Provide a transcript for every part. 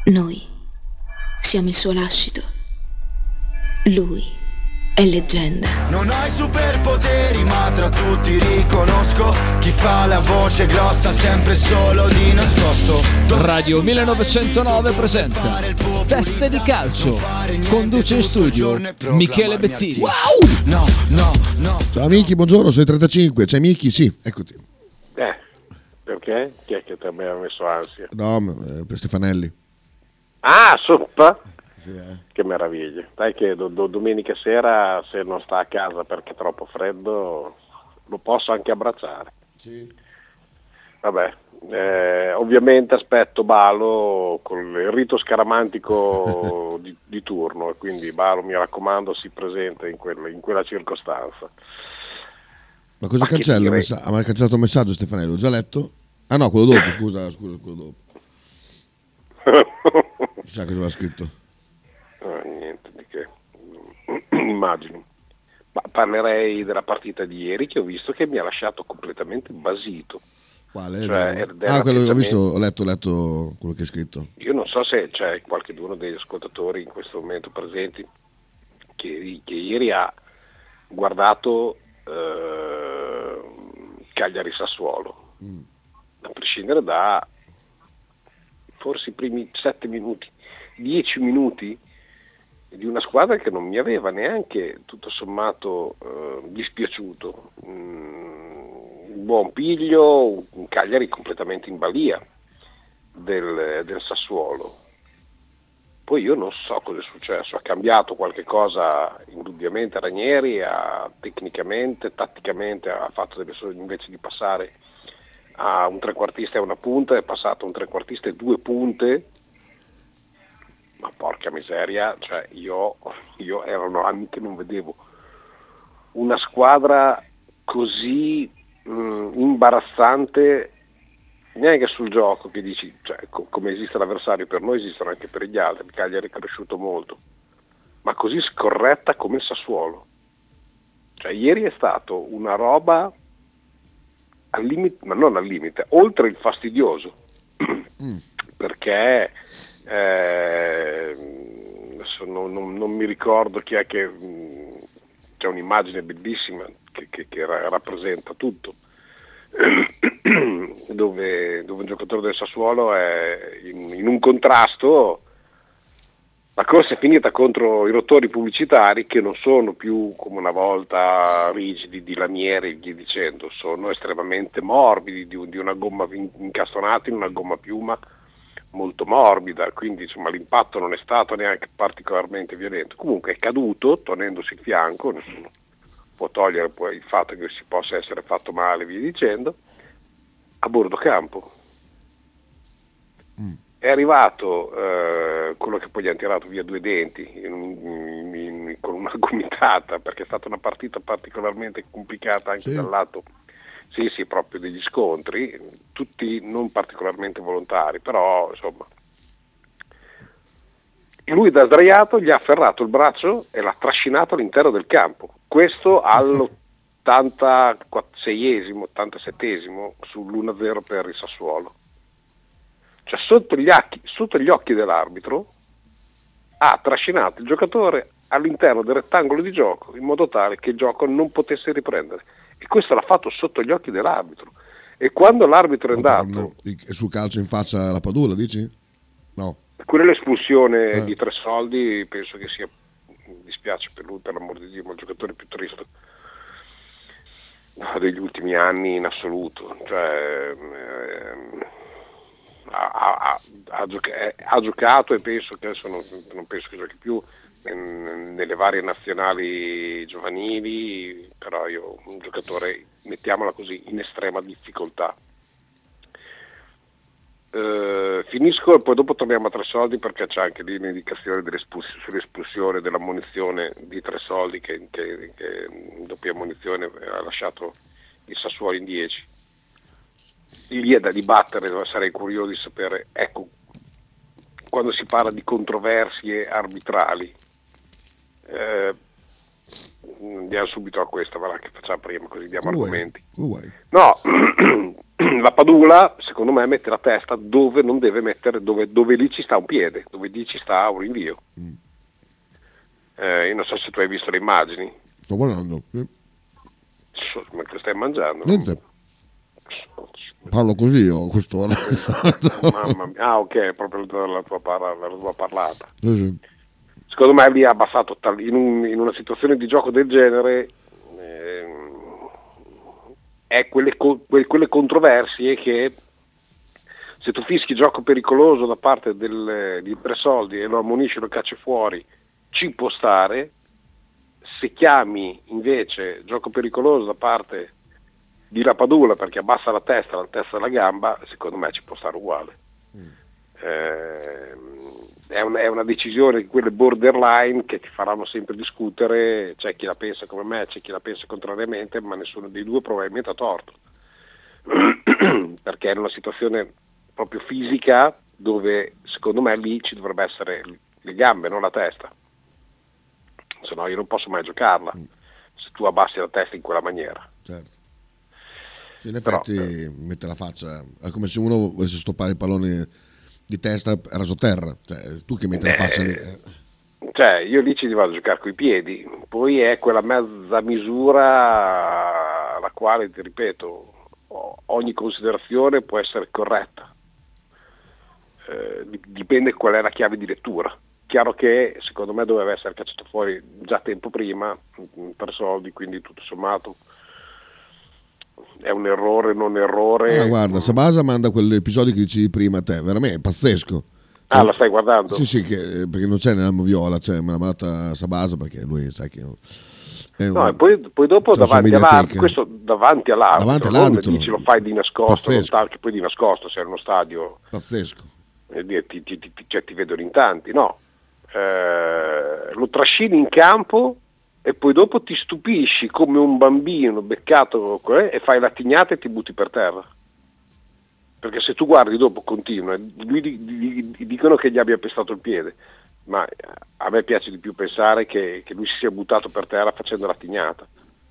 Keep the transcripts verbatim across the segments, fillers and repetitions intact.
Noi siamo il suo lascito. Lui è leggenda. Non ho i superpoteri, ma tra tutti riconosco chi fa la voce grossa sempre solo di nascosto. Radio millenovecentonove presenta Teste di calcio. Conduce in studio Michele Bettini. Wow! No, no, no. Ciao Miki, buongiorno, sei trentacinque. C'è Miki? Sì, eccoti. Eh, perché? Chi è che ti aveva messo ansia? No, eh, per Stefanelli. Ah, soppa? Sì, eh. Che meraviglia. Dai che do, do, domenica sera, se non sta a casa perché è troppo freddo, lo posso anche abbracciare. Sì. Vabbè, eh, ovviamente aspetto Balo con il rito scaramantico di, di turno, e quindi Balo, mi raccomando, si presenta in, quel, in quella circostanza. Ma cosa Ma cancella? direi... Messa- ha mai cancellato un messaggio Stefanelli? L'ho già letto? Ah no, quello dopo, scusa, scusa, quello dopo. Chissà cosa aveva scritto. No, niente di che, immagino. Ma parlerei della partita di ieri, che ho visto che mi ha lasciato completamente basito. Quale? Cioè, Ah, quello che ho visto, ho letto, ho letto quello che hai scritto. Io non so se c'è qualcuno degli ascoltatori in questo momento presenti che, che ieri ha guardato eh, Cagliari-Sassuolo, mm. a prescindere da forse i primi sette minuti, dieci minuti di una squadra che non mi aveva neanche tutto sommato eh, dispiaciuto. Mm, un buon piglio, un Cagliari completamente in balia del, del Sassuolo. Poi io non so cosa è successo, ha cambiato qualche cosa indubbiamente Ranieri, ha, tecnicamente, tatticamente ha fatto delle sole, invece di passare a un trequartista e una punta, è passato a un trequartista e due punte. Ma porca miseria, cioè io, io erano anni che non vedevo una squadra così mh, imbarazzante, neanche sul gioco, che dici, cioè, co- come esiste l'avversario per noi esistono anche per gli altri. Il Cagliari è cresciuto molto, ma così scorretta come il Sassuolo. Cioè ieri è stato una roba al limite, ma non al limite, oltre il fastidioso, mm. perché Eh, non, non, non mi ricordo chi è che mh, c'è un'immagine bellissima che, che, che ra- rappresenta tutto dove, dove un giocatore del Sassuolo è in, in un contrasto. La corsa è finita contro i rottori pubblicitari, che non sono più come una volta rigidi di lamiere e via dicendo, sono estremamente morbidi, di, di una gomma incastonata in una gomma piuma molto morbida, quindi insomma l'impatto non è stato neanche particolarmente violento. Comunque è caduto tenendosi il fianco, nessuno può togliere poi il fatto che si possa essere fatto male, via dicendo, a bordo campo. Mm. È arrivato eh, quello che poi gli hanno tirato via due denti in, in, in, con una gomitata, perché è stata una partita particolarmente complicata anche sì. dal lato Sì, sì, proprio degli scontri, tutti non particolarmente volontari, però insomma. Lui da sdraiato gli ha afferrato il braccio e l'ha trascinato all'interno del campo. Questo all'ottantaseiesimo, ottantasettesimo sull'uno a zero per il Sassuolo. Cioè sotto gli occhi, sotto gli occhi dell'arbitro ha trascinato il giocatore all'interno del rettangolo di gioco in modo tale che il gioco non potesse riprendere. E questo l'ha fatto sotto gli occhi dell'arbitro. E quando l'arbitro è andato no, sul calcio in faccia alla Padula, dici? No. Quella è l'espulsione eh. di tre soldi, penso che sia, mi dispiace per lui, per l'amor di Dio, ma il giocatore più triste degli ultimi anni in assoluto. Cioè, ehm, ha, ha, ha, gioca- ha giocato e penso che adesso non, non penso che giochi più nelle varie nazionali giovanili, però io un giocatore, mettiamola così, in estrema difficoltà. Uh, finisco e poi dopo torniamo a tre soldi, perché c'è anche lì l'indicazione sull'espulsione della munizione di tre soldi che, che, che in doppia munizione ha lasciato il Sassuolo in dieci. Lì è da dibattere, sarei curioso di sapere, ecco, quando si parla di controversie arbitrali, Eh, andiamo subito a questa, va, che facciamo prima, così diamo uh, argomenti. Uh, no, la Padula, secondo me, mette la testa dove non deve mettere, dove, dove lì ci sta un piede, dove lì ci sta un rinvio. Mm. Eh, io non so se tu hai visto le immagini. Sto guardando. Sì. Ma che stai mangiando? Niente. Parlo così io a quest'ora. Mamma mia. Ah, ok, proprio la tua, parla, la tua parlata. Sì, sì. Secondo me lì ha abbassato in, un, in una situazione di gioco del genere. Eh, è quelle, quelle controversie che se tu fischi gioco pericoloso da parte del, di tre soldi e lo ammonisci, lo cacci fuori, ci può stare. Se chiami invece gioco pericoloso da parte di La Padula perché abbassa la testa, la testa e la gamba, secondo me ci può stare uguale. Mm. Eh, è, un, è una decisione di quelle borderline che ti faranno sempre discutere, c'è chi la pensa come me, c'è chi la pensa contrariamente, ma nessuno dei due probabilmente ha torto. Perché è una situazione proprio fisica dove secondo me lì ci dovrebbe essere le gambe, non la testa. Se no io non posso mai giocarla mm. se tu abbassi la testa in quella maniera. Certo. Sì, in effetti Però, eh, mette la faccia, è come se uno volesse stoppare i palloni di testa raso terra, cioè tu che metti eh, la faccia lì. Eh. Cioè io lì ci vado a giocare coi piedi, poi è quella mezza misura la quale, ti ripeto, ogni considerazione può essere corretta, eh, dipende qual è la chiave di lettura. Chiaro che secondo me doveva essere cacciato fuori già tempo prima per soldi, quindi tutto sommato è un errore, non errore. Ah, guarda, Sabasa manda quell'episodio che dicevi prima a te, veramente è pazzesco. Cioè, ah, la stai guardando? Sì, sì, che, perché non c'è nella Moviola, c'è una malata Sabasa perché lui sai che è un, no, e poi, poi dopo davanti all'arbitro, questo davanti all'arbitro, davanti all'arbitro non dici lo fai di nascosto, pazzesco. Non che poi di nascosto sei in uno stadio pazzesco. E ti, ti, ti, cioè, ti vedono in tanti, no. Eh, lo trascini in campo e poi dopo ti stupisci come un bambino beccato eh, e fai la tignata e ti butti per terra, perché se tu guardi dopo continua, lui di, di, di, dicono che gli abbia pestato il piede, ma a me piace di più pensare che, che lui si sia buttato per terra facendo la tignata.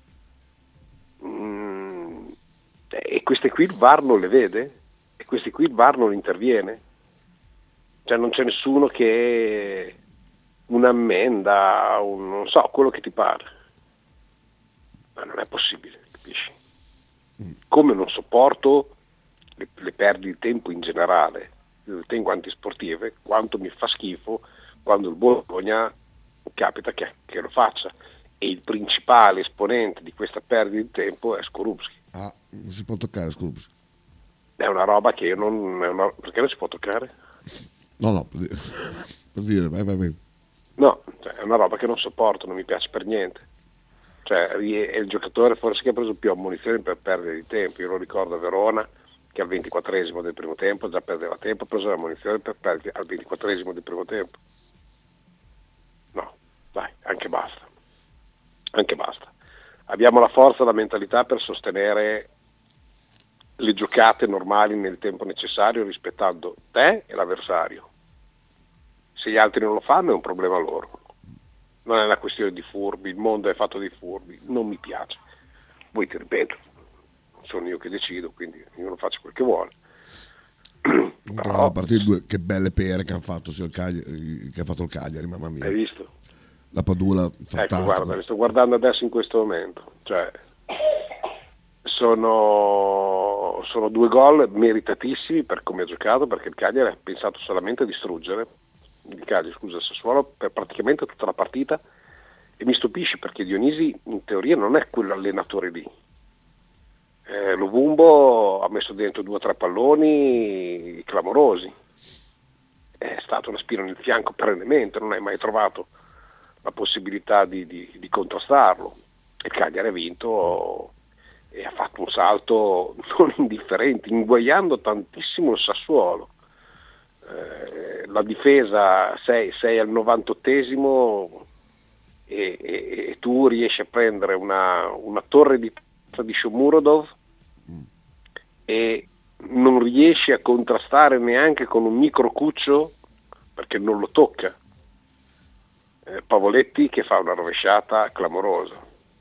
Mm, e queste qui il V A R non le vede, e questi qui il V A R non interviene, cioè non c'è nessuno che un'ammenda, un, non so, quello che ti pare, ma non è possibile, capisci? Come non sopporto le, le perdite di tempo in generale, le tengo antisportive, quanto mi fa schifo quando il Bologna capita che, che lo faccia, e il principale esponente di questa perdita di tempo è Skorupski. Ah, non si può toccare Skorupski. È una roba che io non... È una, perché non si può toccare? No, no, per dire, per dire vai, vai, vai. No, cioè, è una roba che non sopporto, non mi piace per niente. Cioè, è il giocatore forse che ha preso più ammonizioni per perdere di tempo. Io lo ricordo a Verona che al ventiquattresimo del primo tempo già perdeva tempo, ha preso l'ammonizione per perdere al ventiquattresimo del primo tempo. No, dai, anche basta. Anche basta. Abbiamo la forza, la mentalità per sostenere le giocate normali nel tempo necessario, rispettando te e l'avversario. Se gli altri non lo fanno è un problema loro, non è una questione di furbi, il mondo è fatto di furbi, non mi piace. Poi ti ripeto, sono io che decido, quindi io non faccio quel che vuole. Però, a partire due, che belle pere che hanno fatto, sia il Cagliari, che ha fatto il Cagliari, mamma mia. Hai visto? La Padula, fantastica. Ecco, guarda, li sto guardando adesso in questo momento, cioè sono, sono due gol meritatissimi per come ha giocato, perché il Cagliari ha pensato solamente a distruggere il Cagliari, scusa, il Sassuolo per praticamente tutta la partita, e mi stupisce perché Dionisi in teoria non è quell'allenatore lì. Eh, Lovumbo ha messo dentro due o tre palloni clamorosi, è stata una spina nel fianco perennemente, non hai mai trovato la possibilità di, di, di contrastarlo. Il Cagliari ha vinto e ha fatto un salto non indifferente, inguaiando tantissimo il Sassuolo. Eh, la difesa sei al novantottesimo e, e, e tu riesci a prendere una, una torre di di Shomurodov mm. e non riesci a contrastare neanche con un microcuccio perché non lo tocca. eh, Pavoletti che fa una rovesciata clamorosa,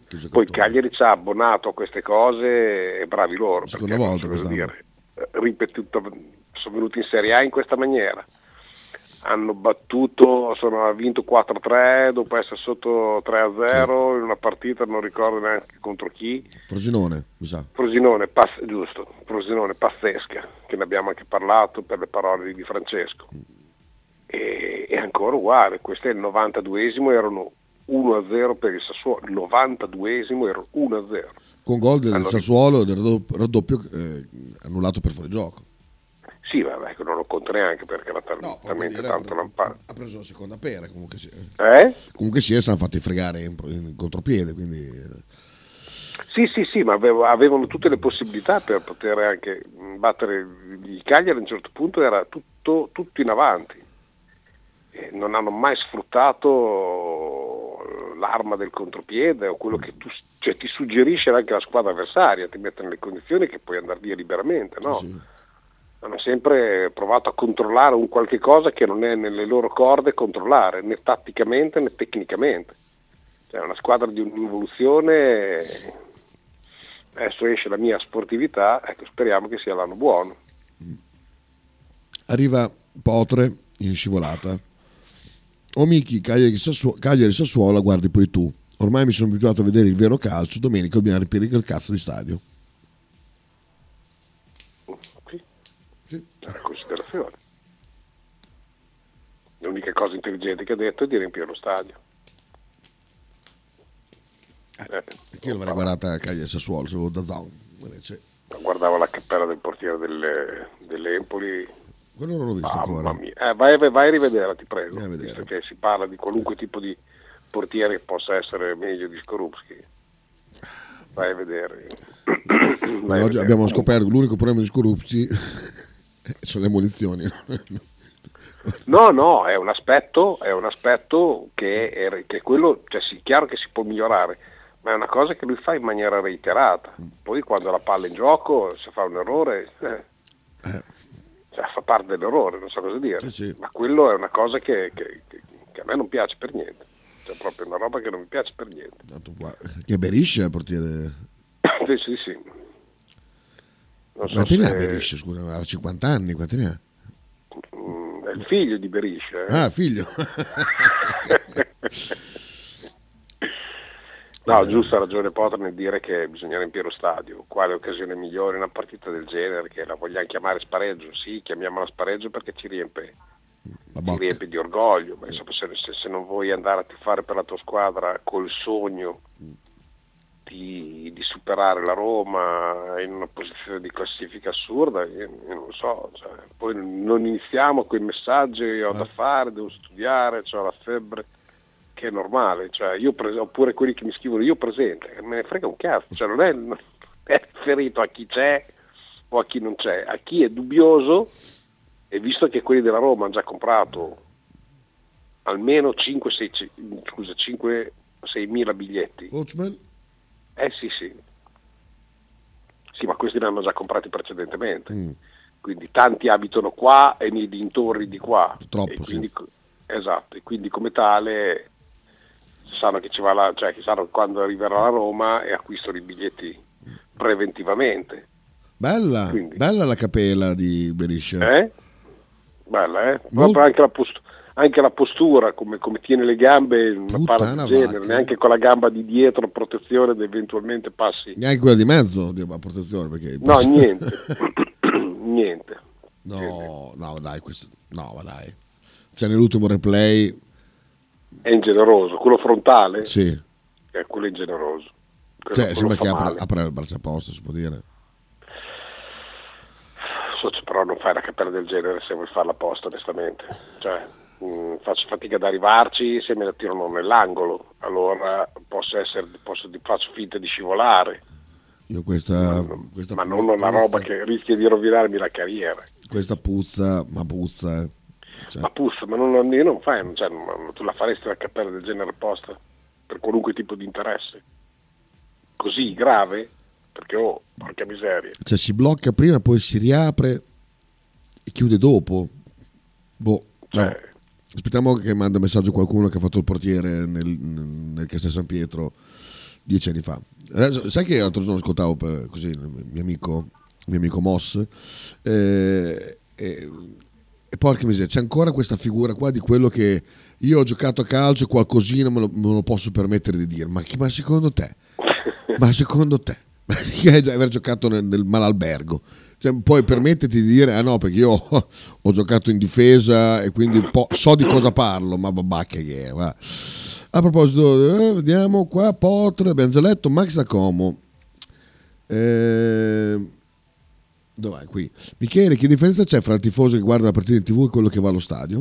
Poi il Cagliari ci ha abbonato a queste cose e bravi loro. Seconda volta, cosa dire, ripetuto, sono venuti in Serie A in questa maniera. Hanno battuto, sono, ha vinto quattro a tre dopo essere sotto tre a zero sì. in una partita, non ricordo neanche contro chi. Frosinone, mi sa. Frosinone, pass- giusto, Frosinone pazzesca, che ne abbiamo anche parlato per le parole di Di Francesco. Mm. E, e ancora uguale, questo è il novantaduesimo, erano uno a zero per il Sassuolo, il novantaduesimo erano uno a zero. Con gol del allora, Sassuolo del raddoppio, raddoppio eh, annullato per fuorigioco. Sì, vabbè, non lo conto neanche perché era tal- no, talmente dire, tanto lampante. Ha preso la seconda pera, comunque sia. Eh? Comunque sia, si sono fatti fregare in, in contropiede, quindi... Sì, sì, sì, ma avevo, avevano tutte le possibilità per poter anche battere il Cagliari. A un certo punto era tutto, tutto in avanti. E non hanno mai sfruttato l'arma del contropiede o quello che tu, cioè, ti suggerisce anche la squadra avversaria, ti mette nelle condizioni che puoi andare via liberamente, no? Sì. Hanno sempre provato a controllare un qualche cosa che non è nelle loro corde controllare, né tatticamente né tecnicamente. Cioè, è una squadra di un'evoluzione. Adesso esce la mia sportività, ecco, speriamo che sia l'anno buono. Arriva Potre in scivolata. O Michi, Cagliari, Sassu- Cagliari Sassuolo, guardi poi tu. Ormai mi sono abituato a vedere il vero calcio, domenica dobbiamo riempire quel cazzo di stadio. Sì, sì. È una considerazione. L'unica cosa intelligente che ha detto è di riempire lo stadio. Eh, io l'avrei guardata Cagliari Sassuolo, se da Zone. Guardavo la cappella del portiere delle, dell'Empoli. Quello non l'ho visto ah, ancora. Eh, vai, vai a rivedere, ti prego. Vai a vedere. Perché si parla di qualunque tipo di portiere che possa essere meglio di Skorupski. Vai a vedere. Vai oggi a vedere. Abbiamo scoperto che l'unico problema di Skorupski sono le munizioni. No, no, è un aspetto, è un aspetto che è, che è quello, cioè sì, chiaro che si può migliorare, ma è una cosa che lui fa in maniera reiterata. Poi quando la palla è in gioco, se fa un errore, eh, eh. Cioè, fa parte dell'errore, non so cosa dire, sì, sì. Ma quello è una cosa che, che, che, che a me non piace per niente, cioè proprio una roba che non mi piace per niente. Che Beriscia il portiere? Sì, sì, sì. Non quanti so ne se... ha Beriscia, scusa, ha cinquanta anni, quanti ne ha? Mm, è il figlio di Beriscia. Eh? Ah, figlio. No, giusto, ha ragione Potter nel dire che bisogna riempire lo stadio. Quale occasione migliore in una partita del genere, che la vogliamo chiamare spareggio? Sì, chiamiamola spareggio perché ci riempie, ci riempie di orgoglio. Ma insomma, se, se, se non vuoi andare a tifare per la tua squadra col sogno di, di superare la Roma in una posizione di classifica assurda, io, io non lo so. Cioè, poi non iniziamo con i messaggi, ho da fare, devo studiare, ho la febbre. Che è normale, cioè io pres- oppure quelli che mi scrivono io presente, me ne frega un cazzo, cioè non è, non è riferito a chi c'è o a chi non c'è, a chi è dubbioso, e visto che quelli della Roma hanno già comprato almeno cinque sei mila biglietti. Coachman? Eh sì sì, sì, ma questi ne hanno già comprati precedentemente, mm. Quindi tanti abitano qua e nei dintorni di qua. Troppo, e quindi, sì. Esatto, e quindi come tale sanno che ci va la, cioè che sanno quando arriverà a Roma e acquistano i biglietti preventivamente. Bella, Quindi, bella la capella di Beriscia. Eh? Bella, eh? Proprio anche la, post- anche la postura, come, come tiene le gambe in una palla del genere, vacca. Neanche con la gamba di dietro, protezione, eventualmente passi. Neanche quella di mezzo di protezione, perché no, niente. niente. No, niente. no, dai, questo, no, ma dai. Cioè nell'ultimo replay è ingeneroso, quello frontale? Sì. È quello ingeneroso. Quello, cioè quello sembra che apra, apra apra il bracciaposto, si può dire. So, però non fai una cappella del genere se vuoi farla apposta, onestamente. Cioè, mh, faccio fatica ad arrivarci se me la tirano nell'angolo, allora posso essere, posso, faccio finta di scivolare. Io questa, ma, questa ma non una roba che rischia di rovinarmi la carriera. Questa puzza, ma puzza, eh. Cioè. Ma puzza, ma non, io non fai, cioè, non, tu la faresti una cappella del genere apposta per qualunque tipo di interesse? Così grave? Perché oh, porca miseria. Cioè si blocca prima, poi si riapre e chiude dopo. Boh, cioè. No. Aspettiamo che manda messaggio qualcuno che ha fatto il portiere nel, nel Castel San Pietro dieci anni fa. Adesso, sai che l'altro giorno ascoltavo per, così il mio amico, il mio amico Moss, eh, e, e porca miseria, c'è ancora questa figura qua di quello che io ho giocato a calcio e qualcosina me lo, me lo posso permettere di dire, ma, chi, ma secondo te? Ma secondo te? Di aver giocato nel, nel malalbergo, cioè, puoi permetterti di dire ah no perché io ho, ho giocato in difesa e quindi po- so di cosa parlo, ma babacca che è, va. A proposito, eh, vediamo qua, Potre, abbiamo già letto, Max da Como. Eh, dov'è qui? Michele, che differenza c'è fra il tifoso che guarda la partita in tv e quello che va allo stadio?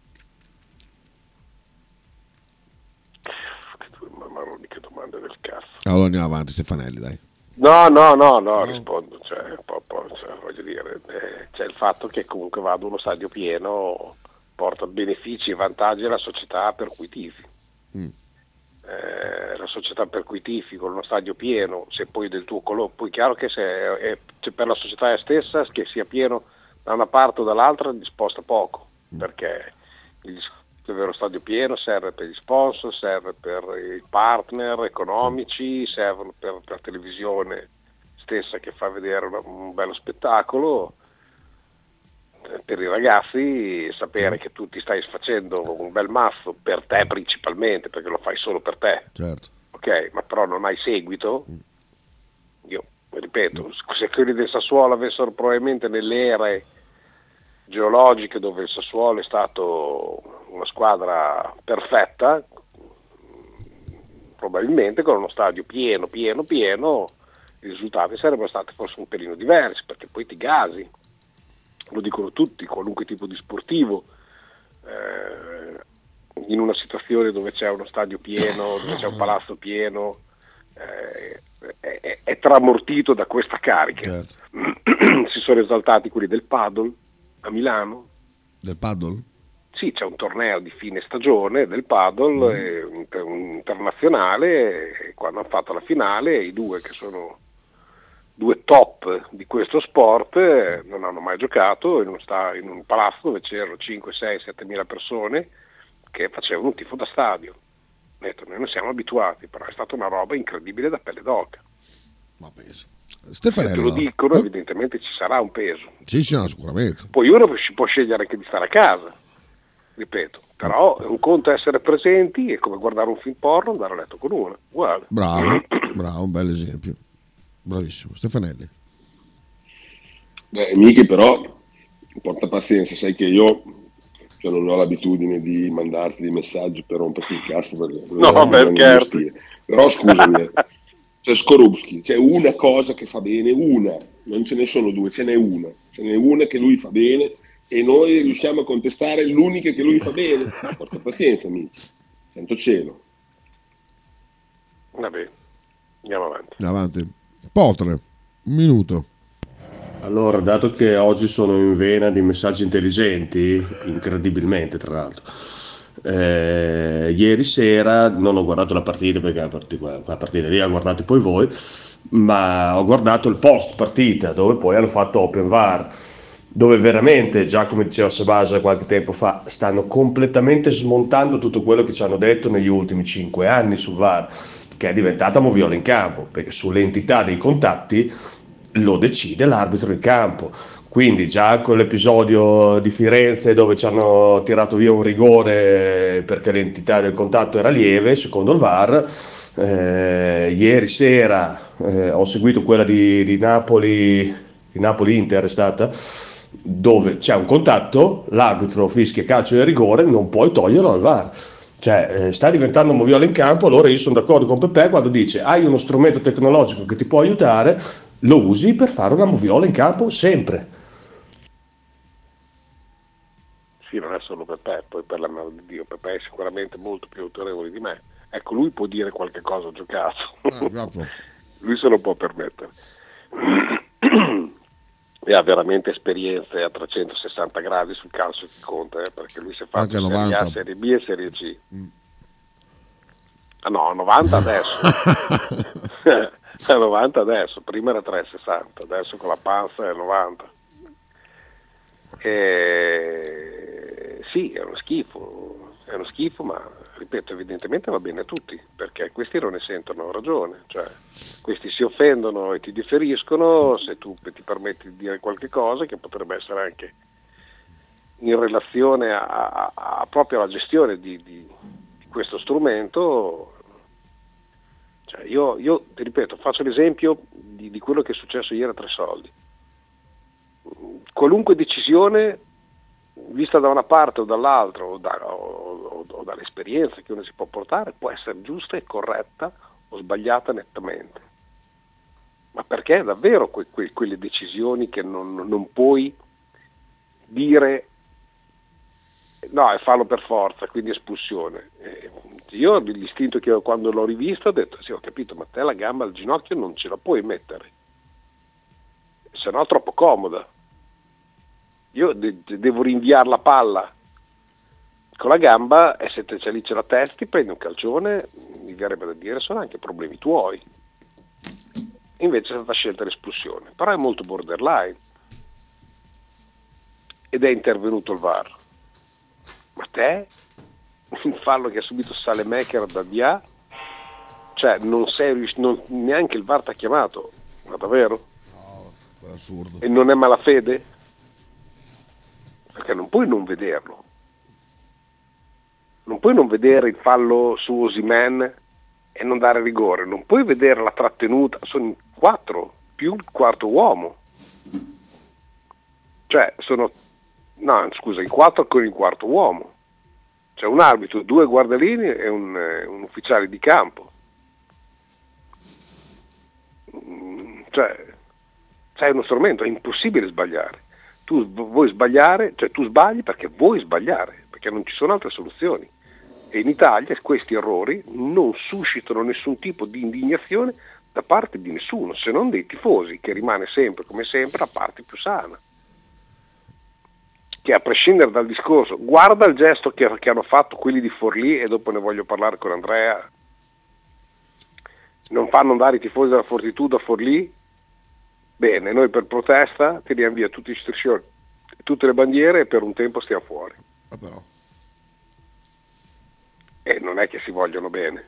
Che domande del cazzo. Allora andiamo avanti, Stefanelli, dai. No, no, no, no, rispondo, cioè, po', po', cioè, voglio dire, eh, c'è il fatto che comunque vado a uno stadio pieno, porta benefici e vantaggi alla società per cui tifi. Mm. Eh, la società per cui tifi con uno stadio pieno, se poi del tuo colore, poi è chiaro che se è, cioè per la società stessa, che sia pieno da una parte o dall'altra, disposta poco, mm. perché il il vero stadio pieno serve per gli sponsor, serve per i partner economici, serve per la televisione stessa che fa vedere una, un bello spettacolo, per i ragazzi sapere che tu ti stai facendo un bel mazzo per te principalmente, perché lo fai solo per te, certo. Ok, ma però non hai seguito, io ripeto, no. Se quelli del Sassuolo avessero probabilmente nelle ere geologiche dove il Sassuolo è stato una squadra perfetta, probabilmente con uno stadio pieno, pieno, pieno, i risultati sarebbero stati forse un pelino diversi, perché poi ti gasi, lo dicono tutti, qualunque tipo di sportivo, eh, in una situazione dove c'è uno stadio pieno, dove c'è un palazzo pieno, eh, è, è, è tramortito da questa carica. Certo. Si sono esaltati quelli del paddle a Milano. Del paddle? Sì, c'è un torneo di fine stagione del paddle mm. eh, inter- internazionale, e quando hanno fatto la finale i due che sono due top di questo sport eh, non hanno mai giocato in un, sta- in un palazzo dove c'erano cinque, sei, sette mila persone che facevano un tifo da stadio. Ho detto, noi non siamo abituati, però è stata una roba incredibile da pelle d'oca. Ma penso. Se te lo dicono, eh? Evidentemente ci sarà un peso. Sì, sì, no, sicuramente. Poi uno può scegliere anche di stare a casa, ripeto, però un conto è essere presenti, è come guardare un film porno, andare a letto con uno, uguale. Bravo, bravo, un bel esempio. Bravissimo. Stefanelli. Beh, Michi però, porta pazienza, sai che io cioè, non ho l'abitudine di mandarti dei messaggi per romperti il cazzo, perché no, non per certo. Però scusami, c'è Skorupski, c'è una cosa che fa bene, una, non ce ne sono due, ce n'è una, ce n'è una che lui fa bene e noi riusciamo a contestare l'unica che lui fa bene. Porta pazienza, amici, santo cielo. Va bene, andiamo avanti. Andiamo avanti. Potre, un minuto. Allora, dato che oggi sono in vena di messaggi intelligenti, incredibilmente tra l'altro, Eh, ieri sera non ho guardato la partita perché la partita, la partita lì la guardate poi voi, ma ho guardato il post partita dove poi hanno fatto Open V A R, dove veramente, già come diceva Sabasa qualche tempo fa, stanno completamente smontando tutto quello che ci hanno detto negli ultimi cinque anni sul V A R, che è diventata moviola in campo, perché sull'entità dei contatti lo decide l'arbitro in campo. Quindi già con l'episodio di Firenze dove ci hanno tirato via un rigore perché l'entità del contatto era lieve, secondo il V A R, eh, ieri sera eh, ho seguito quella di, di Napoli, di Napoli-Inter è stata, dove c'è un contatto, l'arbitro fischia calcio di rigore, non puoi toglierlo al V A R. Cioè eh, sta diventando un moviola in campo. Allora io sono d'accordo con Pepe quando dice hai uno strumento tecnologico che ti può aiutare, lo usi per fare una moviola in campo sempre. Sì, non è solo Pepe, poi per l'amor di Dio, Pepe è sicuramente molto più autorevole di me. Ecco, lui può dire qualche cosa giocato. Ah, lui se lo può permettere. E ha veramente esperienze a trecentosessanta gradi sul calcio che conta, eh, perché lui si è fatto Serie A, Serie B e Serie C. Mm. Ah no, novanta adesso. È novanta adesso, prima era trecentosessanta, adesso con la panza è novanta. E... sì, è uno schifo, è uno schifo, ma ripeto, evidentemente va bene a tutti, perché questi non ne sentono ragione, cioè questi si offendono e ti differiscono se tu ti permetti di dire qualche cosa che potrebbe essere anche in relazione a, a, a proprio alla gestione di, di, di questo strumento. Cioè io, io ti ripeto, faccio l'esempio di, di quello che è successo ieri a Tre Soldi. Qualunque decisione vista da una parte o dall'altra o, da, o, o, o dall'esperienza che uno si può portare può essere giusta e corretta o sbagliata nettamente, ma perché davvero que, que, quelle decisioni che non, non puoi dire no e farlo per forza, quindi espulsione. Eh, io l'istinto che ho, quando l'ho rivista ho detto sì, ho capito, ma te la gamba al ginocchio non ce la puoi mettere, se no è troppo comoda. Io de- devo rinviare la palla con la gamba e se te c'è lì c'è la testa, ti prendi un calcione, mi verrebbe da dire sono anche problemi tuoi. Invece è stata scelta l'espulsione, però è molto borderline ed è intervenuto il V A R. Ma te, il fallo che ha subito Salemaker da Dia, cioè non sei rius- non, neanche il V A R ti ha chiamato, ma davvero? No, è assurdo. E non è malafede? Perché non puoi non vederlo, non puoi non vedere il fallo su Osimhen e non dare rigore, non puoi vedere la trattenuta, sono in quattro più il quarto uomo, cioè sono, no scusa, in quattro con il quarto uomo, c'è un arbitro, due guardalini e un, un ufficiale di campo, cioè c'è uno strumento, è impossibile sbagliare. Tu vuoi sbagliare, cioè tu sbagli perché vuoi sbagliare, perché non ci sono altre soluzioni. E in Italia questi errori non suscitano nessun tipo di indignazione da parte di nessuno, se non dei tifosi, che rimane sempre, come sempre, la parte più sana. Che a prescindere dal discorso, guarda il gesto che, che hanno fatto quelli di Forlì, e dopo ne voglio parlare con Andrea, non fanno andare i tifosi della Fortitudo a Forlì. Bene, noi per protesta tiriamo via tutte le istruzioni, tutte le bandiere e per un tempo stiamo fuori. Ah, però. E non è che si vogliono bene.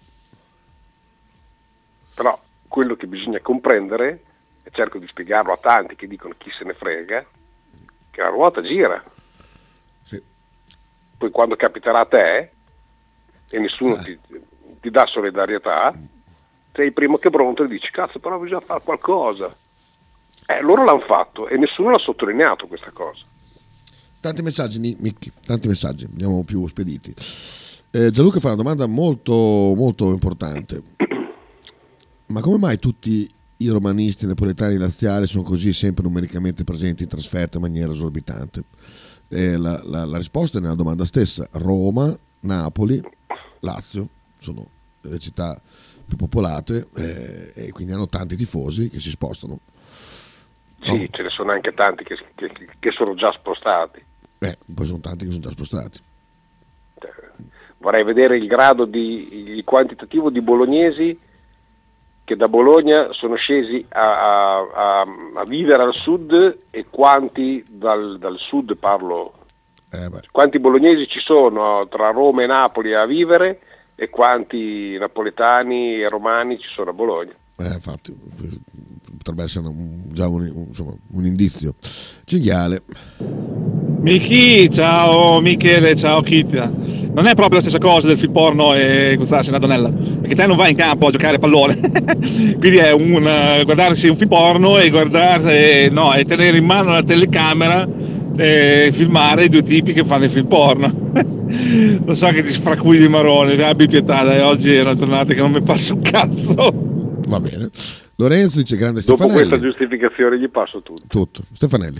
Però quello che bisogna comprendere, e cerco di spiegarlo a tanti che dicono chi se ne frega, che la ruota gira. Sì. Poi quando capiterà a te e nessuno eh. ti, ti dà solidarietà, sei il primo che pronto e dici cazzo però bisogna fare qualcosa. Eh, loro l'hanno fatto e nessuno l'ha sottolineato questa cosa. Tanti messaggi, Micchi, tanti messaggi, andiamo più spediti. Eh, Gianluca fa una domanda molto, molto importante. Ma come mai tutti i romanisti, napoletani, laziali sono così sempre numericamente presenti in trasferta in maniera esorbitante? Eh, la, la, la risposta è nella domanda stessa. Roma, Napoli, Lazio sono le città più popolate eh, e quindi hanno tanti tifosi che si spostano. Sì, no. Ce ne sono anche tanti che, che, che sono già spostati. Eh, poi sono tanti che sono già spostati. Vorrei vedere il grado di il quantitativo di bolognesi che da Bologna sono scesi a, a, a vivere al sud e quanti dal, dal sud parlo. Eh, quanti bolognesi ci sono tra Roma e Napoli a vivere e quanti napoletani e romani ci sono a Bologna. Eh, infatti, potrebbe essere un, già un, un, insomma, un indizio. Cinghiale. Miki, ciao Michele, ciao Kit. Non è proprio la stessa cosa del film porno e questa Senadonella, perché te non vai in campo a giocare a pallone. Quindi è un uh, guardarsi un film porno e guardarsi, no, e tenere in mano la telecamera e filmare i due tipi che fanno il film porno. Lo so che ti sfracui di marrone, abbi pietà, dai, oggi è una giornata che non mi passa un cazzo. Va bene. Lorenzo dice grande Dopo Stefanelli. Dopo questa giustificazione gli passo tutto. Tutto. Stefanelli.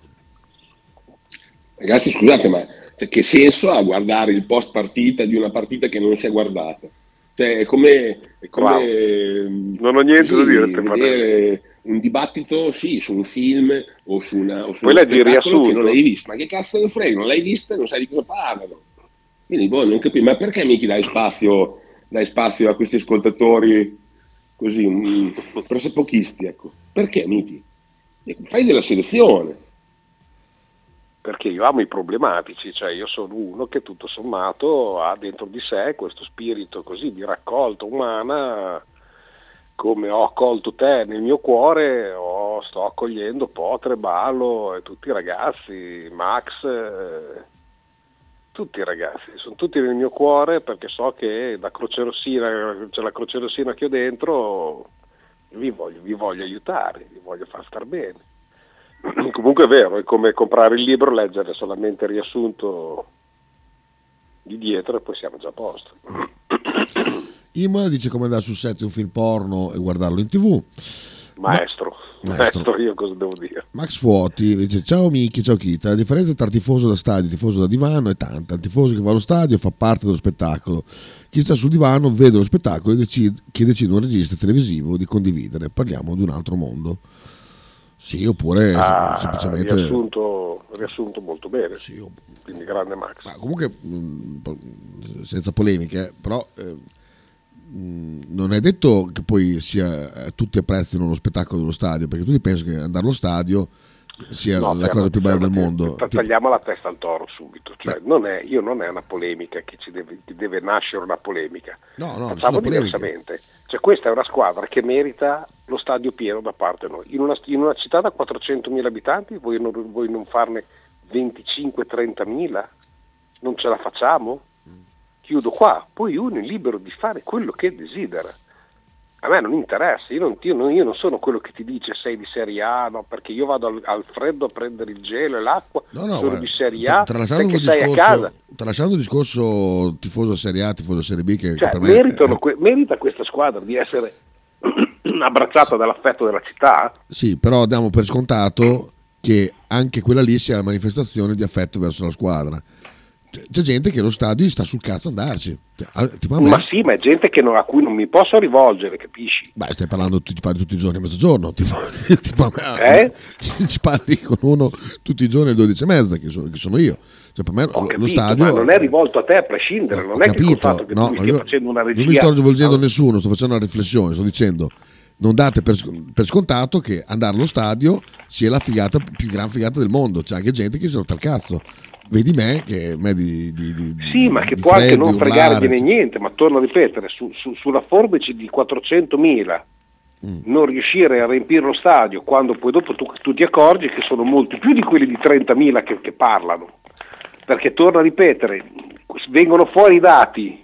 Ragazzi, scusate, ma cioè, che senso ha guardare il post partita di una partita che non si è guardata? Cioè, è come, è come non ho niente così, da dire, Stefanelli. Vedere un dibattito, sì, su un film o su una o su uno spettacolo che non l'hai visto. Ma che cazzo ne frega? Non l'hai vista e non sai di cosa parlano. Quindi, boh, non capisco. Ma perché Miki dai spazio, dai spazio a questi ascoltatori così, um, pressapochisti, ecco? Perché, Miki? Fai della selezione. perché io amo i problematici, cioè io sono uno che tutto sommato ha dentro di sé questo spirito così di raccolta umana, come ho accolto te nel mio cuore, o sto accogliendo Potre, Ballo e tutti i ragazzi, Max, eh, tutti i ragazzi, sono tutti nel mio cuore, perché so che da Croce Rossina, c'è la Croce Rossina che ho dentro, vi voglio, vi voglio aiutare, vi voglio far star bene. Comunque è vero, è come comprare il libro, leggere solamente il riassunto di dietro e poi siamo già a posto. Imola dice come andare sul set di un film porno e guardarlo in tv. Maestro, Ma, maestro, maestro, io cosa devo dire? Max Fuoti dice ciao Miki, ciao Kita, la differenza tra tifoso da stadio e tifoso da divano è tanta. Il tifoso che va allo stadio fa parte dello spettacolo, chi sta sul divano vede lo spettacolo e decide, che decide un regista televisivo di condividere. Parliamo di un altro mondo. Sì, oppure ah, semplicemente riassunto, riassunto molto bene, sì, o... quindi grande Max. Ma comunque mh, senza polemiche, però eh, mh, non è detto che poi sia tutti apprezzino lo spettacolo dello stadio, perché tutti pensano che andare allo stadio sia no, la cosa più bella del mondo. Tagliamo la testa al toro subito, cioè, non è, io non è una polemica che ci deve, che deve nascere una polemica, no, no, facciamo diversamente. Cioè, questa è una squadra che merita lo stadio pieno da parte noi. In una, in una città da quattrocentomila abitanti voi non, voi non farne venticinque trentamila? Non ce la facciamo? Chiudo qua, poi uno è libero di fare quello che desidera. A me non interessa, io non, io, non, io non sono quello che ti dice sei di Serie A, no, perché io vado al, al freddo a prendere il gelo e l'acqua, no, no, sono ma, di Serie A, tra, perché il sei discorso, a casa. Tralasciando il discorso tifoso Serie A, tifoso Serie B, che, cioè, che per meritano, me è... que- merita questa squadra di essere abbracciata dall'affetto della città? Sì, però diamo per scontato che anche quella lì sia una manifestazione di affetto verso la squadra. C'è gente che allo stadio sta sul cazzo andarci. Tipo a me. Ma sì, ma è gente che non, a cui non mi posso rivolgere, capisci? Beh, stai parlando, tu ti parli tutti i giorni a mezzogiorno. Tipo, tipo a me, eh? Ci parli con uno tutti i giorni alle dodici e mezza, che sono, che sono io. Cioè, per me Ho lo capito, stadio. Ma non è rivolto a te a prescindere, non ho è capito, che col fatto che no, tu mi stia io, facendo una regia. Non mi sto rivolgendo a no. nessuno, sto facendo una riflessione, sto dicendo. Non date per, per scontato che andare allo stadio sia la figata più gran figata del mondo. C'è anche gente che si rotta il cazzo. Vedi me che me di, di, di sì, ma che può anche non fregargliene niente, ma torno a ripetere, su, su, sulla forbice di quattrocentomila mm. non riuscire a riempire lo stadio quando poi dopo tu, tu ti accorgi che sono molti più di quelli di trentamila che, che parlano, perché torno a ripetere, vengono fuori i dati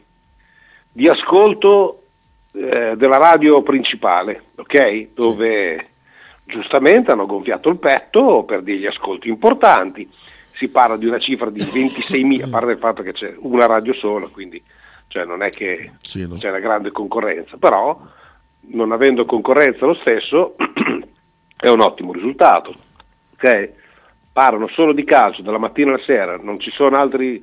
di ascolto eh, della radio principale, ok? Dove sì. giustamente hanno gonfiato il petto per degli ascolti importanti. Si parla di una cifra di ventiseimila, a parte il fatto che c'è una radio sola, quindi cioè non è che sì, no. c'è una grande concorrenza, però non avendo concorrenza lo stesso è un ottimo risultato. Okay? Parlano solo di calcio dalla mattina alla sera, non ci sono altri,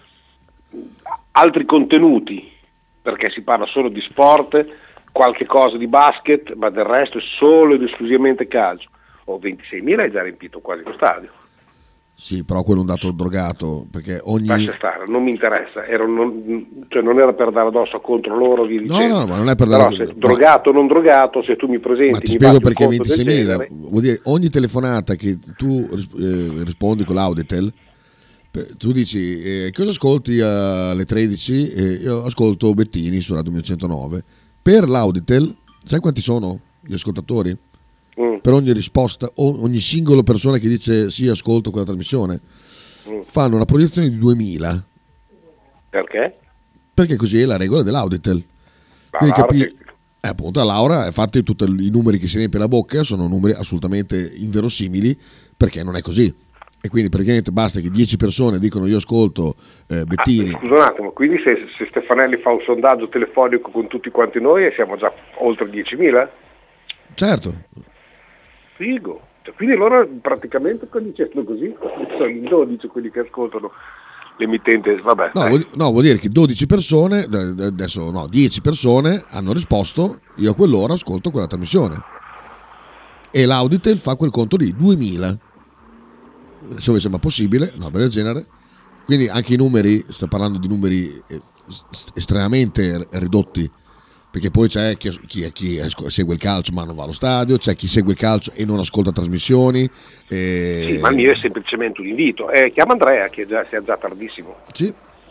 altri contenuti, perché si parla solo di sport, qualche cosa di basket, ma del resto è solo ed esclusivamente calcio. O ventiseimila hai già riempito quasi lo stadio. Sì, però quello è un dato drogato, perché ogni... Lascia stare, non mi interessa, era non, cioè non era per dare addosso contro loro, vi no, no, ma non è per dare però se no. drogato o non drogato, se tu mi presenti... Ma ti mi spiego perché ventiseimila, genere... vuol dire ogni telefonata che tu eh, rispondi con l'Auditel, tu dici eh, cosa ascolti alle tredici? Eh, io ascolto Bettini su Radio mille centonove. Per l'Auditel, sai quanti sono gli ascoltatori? Mm. Per ogni risposta, ogni singolo persona che dice sì, ascolto quella trasmissione, mm. fanno una proiezione di duemila. Perché? Perché così è la regola dell'Auditel. Ma quindi Laura, capi... che... eh, appunto a Laura, infatti tutti i numeri che si riempie la bocca sono numeri assolutamente inverosimili, perché non è così. E quindi praticamente basta che dieci persone dicono io ascolto eh, Bettini. Ah, scusa un attimo, quindi se, se Stefanelli fa un sondaggio telefonico con tutti quanti noi siamo già oltre diecimila? Certo. Figo. Cioè, quindi loro praticamente dicendo così, sono dodici quelli che ascoltano l'emittente, vabbè. No, vuol, no, vuol dire che dodici persone, adesso no, dieci persone hanno risposto, io a quell'ora ascolto quella trasmissione. E l'Auditel fa quel conto lì, duemila. Se vuoi sembra possibile, una roba del genere. Quindi anche i numeri, sta parlando di numeri estremamente ridotti, perché poi c'è chi, chi, chi segue il calcio ma non va allo stadio, c'è chi segue il calcio e non ascolta trasmissioni. E... Sì, ma il mio è semplicemente un invito. Eh, chiama Andrea, che è già, sia già tardissimo. Sì.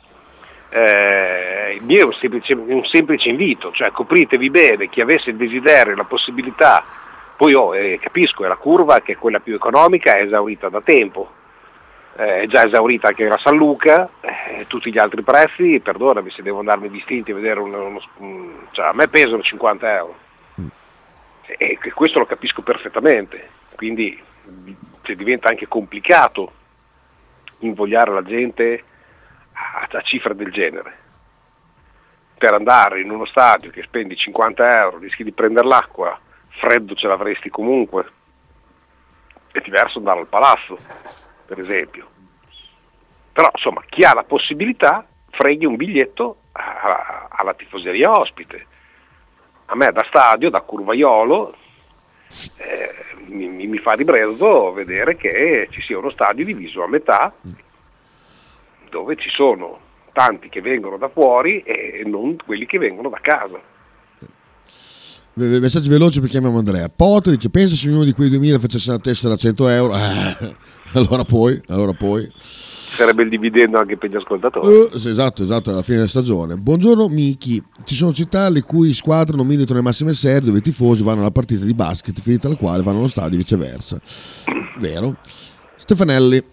Eh, il mio è un semplice, un semplice invito, cioè copritevi bene, chi avesse il desiderio, la possibilità, poi oh, eh, capisco, è la curva che è quella più economica, è esaurita da tempo, eh, è già esaurita anche la San Luca, eh, tutti gli altri prezzi, perdonami se devo andarmi distinti a vedere uno, uno, un, cioè a me pesano cinquanta euro, mm. e, e questo lo capisco perfettamente, quindi cioè, diventa anche complicato invogliare la gente a cifre del genere. Per andare in uno stadio che spendi cinquanta euro, rischi di prendere l'acqua, freddo ce l'avresti comunque, è diverso andare al palazzo, per esempio. Però insomma, chi ha la possibilità freghi un biglietto alla, alla tifoseria ospite. A me da stadio, da curvaiolo, eh, mi, mi fa ribrezzo vedere che ci sia uno stadio diviso a metà, dove ci sono tanti che vengono da fuori e non quelli che vengono da casa. Messaggi veloci perché chiamiamo Andrea. Potter dice: pensa se ognuno di quei duemila facesse una tessera a cento euro, eh, allora poi allora poi sarebbe il dividendo anche per gli ascoltatori. Uh, esatto, esatto, alla fine della stagione. Buongiorno Miki, ci sono città le cui squadre non militano le massime serie, dove i tifosi vanno alla partita di basket, finita la quale vanno allo stadio e viceversa. Vero. Stefanelli.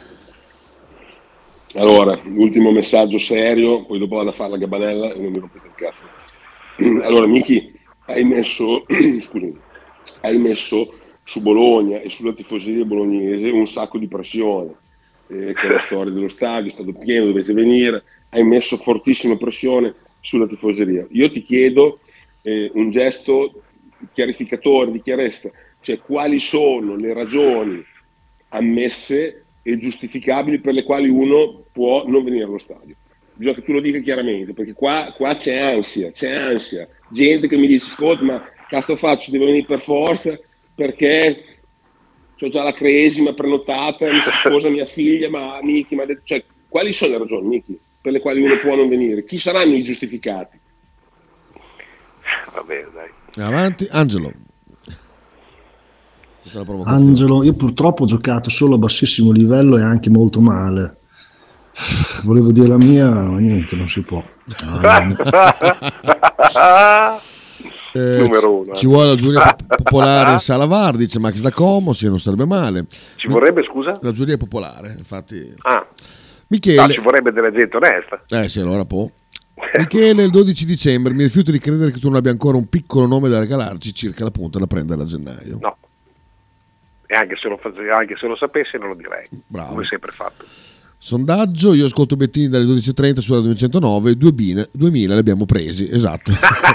Allora, l'ultimo messaggio serio, poi dopo vado a fare la gabanella e non mi rompete il cazzo. Allora, Miki, hai messo, scusami, hai messo su Bologna e sulla tifoseria bolognese un sacco di pressione, eh, con la storia dello stadio, è stato pieno, dovete venire, hai messo fortissima pressione sulla tifoseria. Io ti chiedo eh, un gesto chiarificatore, di chiarezza, cioè quali sono le ragioni ammesse e giustificabili per le quali uno può non venire allo stadio. Bisogna che tu lo dica chiaramente, perché qua, qua c'è ansia, c'è ansia, gente che mi dice: ascolta, ma cazzo faccio, devo venire per forza perché ho già la cresima prenotata, mi si sposa mia figlia, ma Miki, ma de- cioè, quali sono le ragioni, Miki, per le quali uno può non venire? Chi saranno i giustificati? Va bene, dai. Avanti, Angelo. Angelo, io purtroppo ho giocato solo a bassissimo livello e anche molto male. Volevo dire la mia, ma niente, non si può. eh, Numero uno. Ci vuole la giuria popolare Salavar, dice Max da Como, se non sarebbe male. Ci vorrebbe, scusa? La giuria popolare, infatti. Ah. Michele. No, ci vorrebbe della gente onesta. Eh sì, allora può. Michele, il dodici dicembre, mi rifiuto di credere che tu non abbia ancora un piccolo nome da regalarci circa la punta da prendere a gennaio. No. E anche se, lo, anche se lo sapessi non lo direi. Bravo. Come sempre fatto. Sondaggio, io ascolto Bettini dalle dodici e trenta sulla duecentonove, duemila li abbiamo presi, esatto.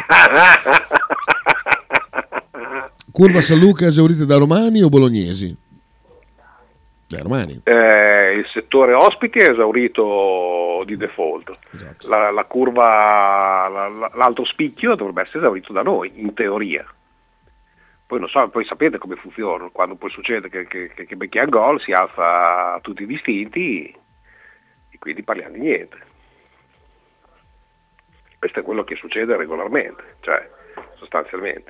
Curva San Luca esaurite da romani o bolognesi? Dai romani. Eh, il settore ospiti è esaurito di default. Esatto. La, la curva, la, l'altro spicchio dovrebbe essere esaurito da noi, in teoria. Poi non so, poi sapete come funziona, quando poi succede che, che, che, che becchi a gol si alza tutti i distinti e quindi parliamo di niente. Questo è quello che succede regolarmente, cioè sostanzialmente.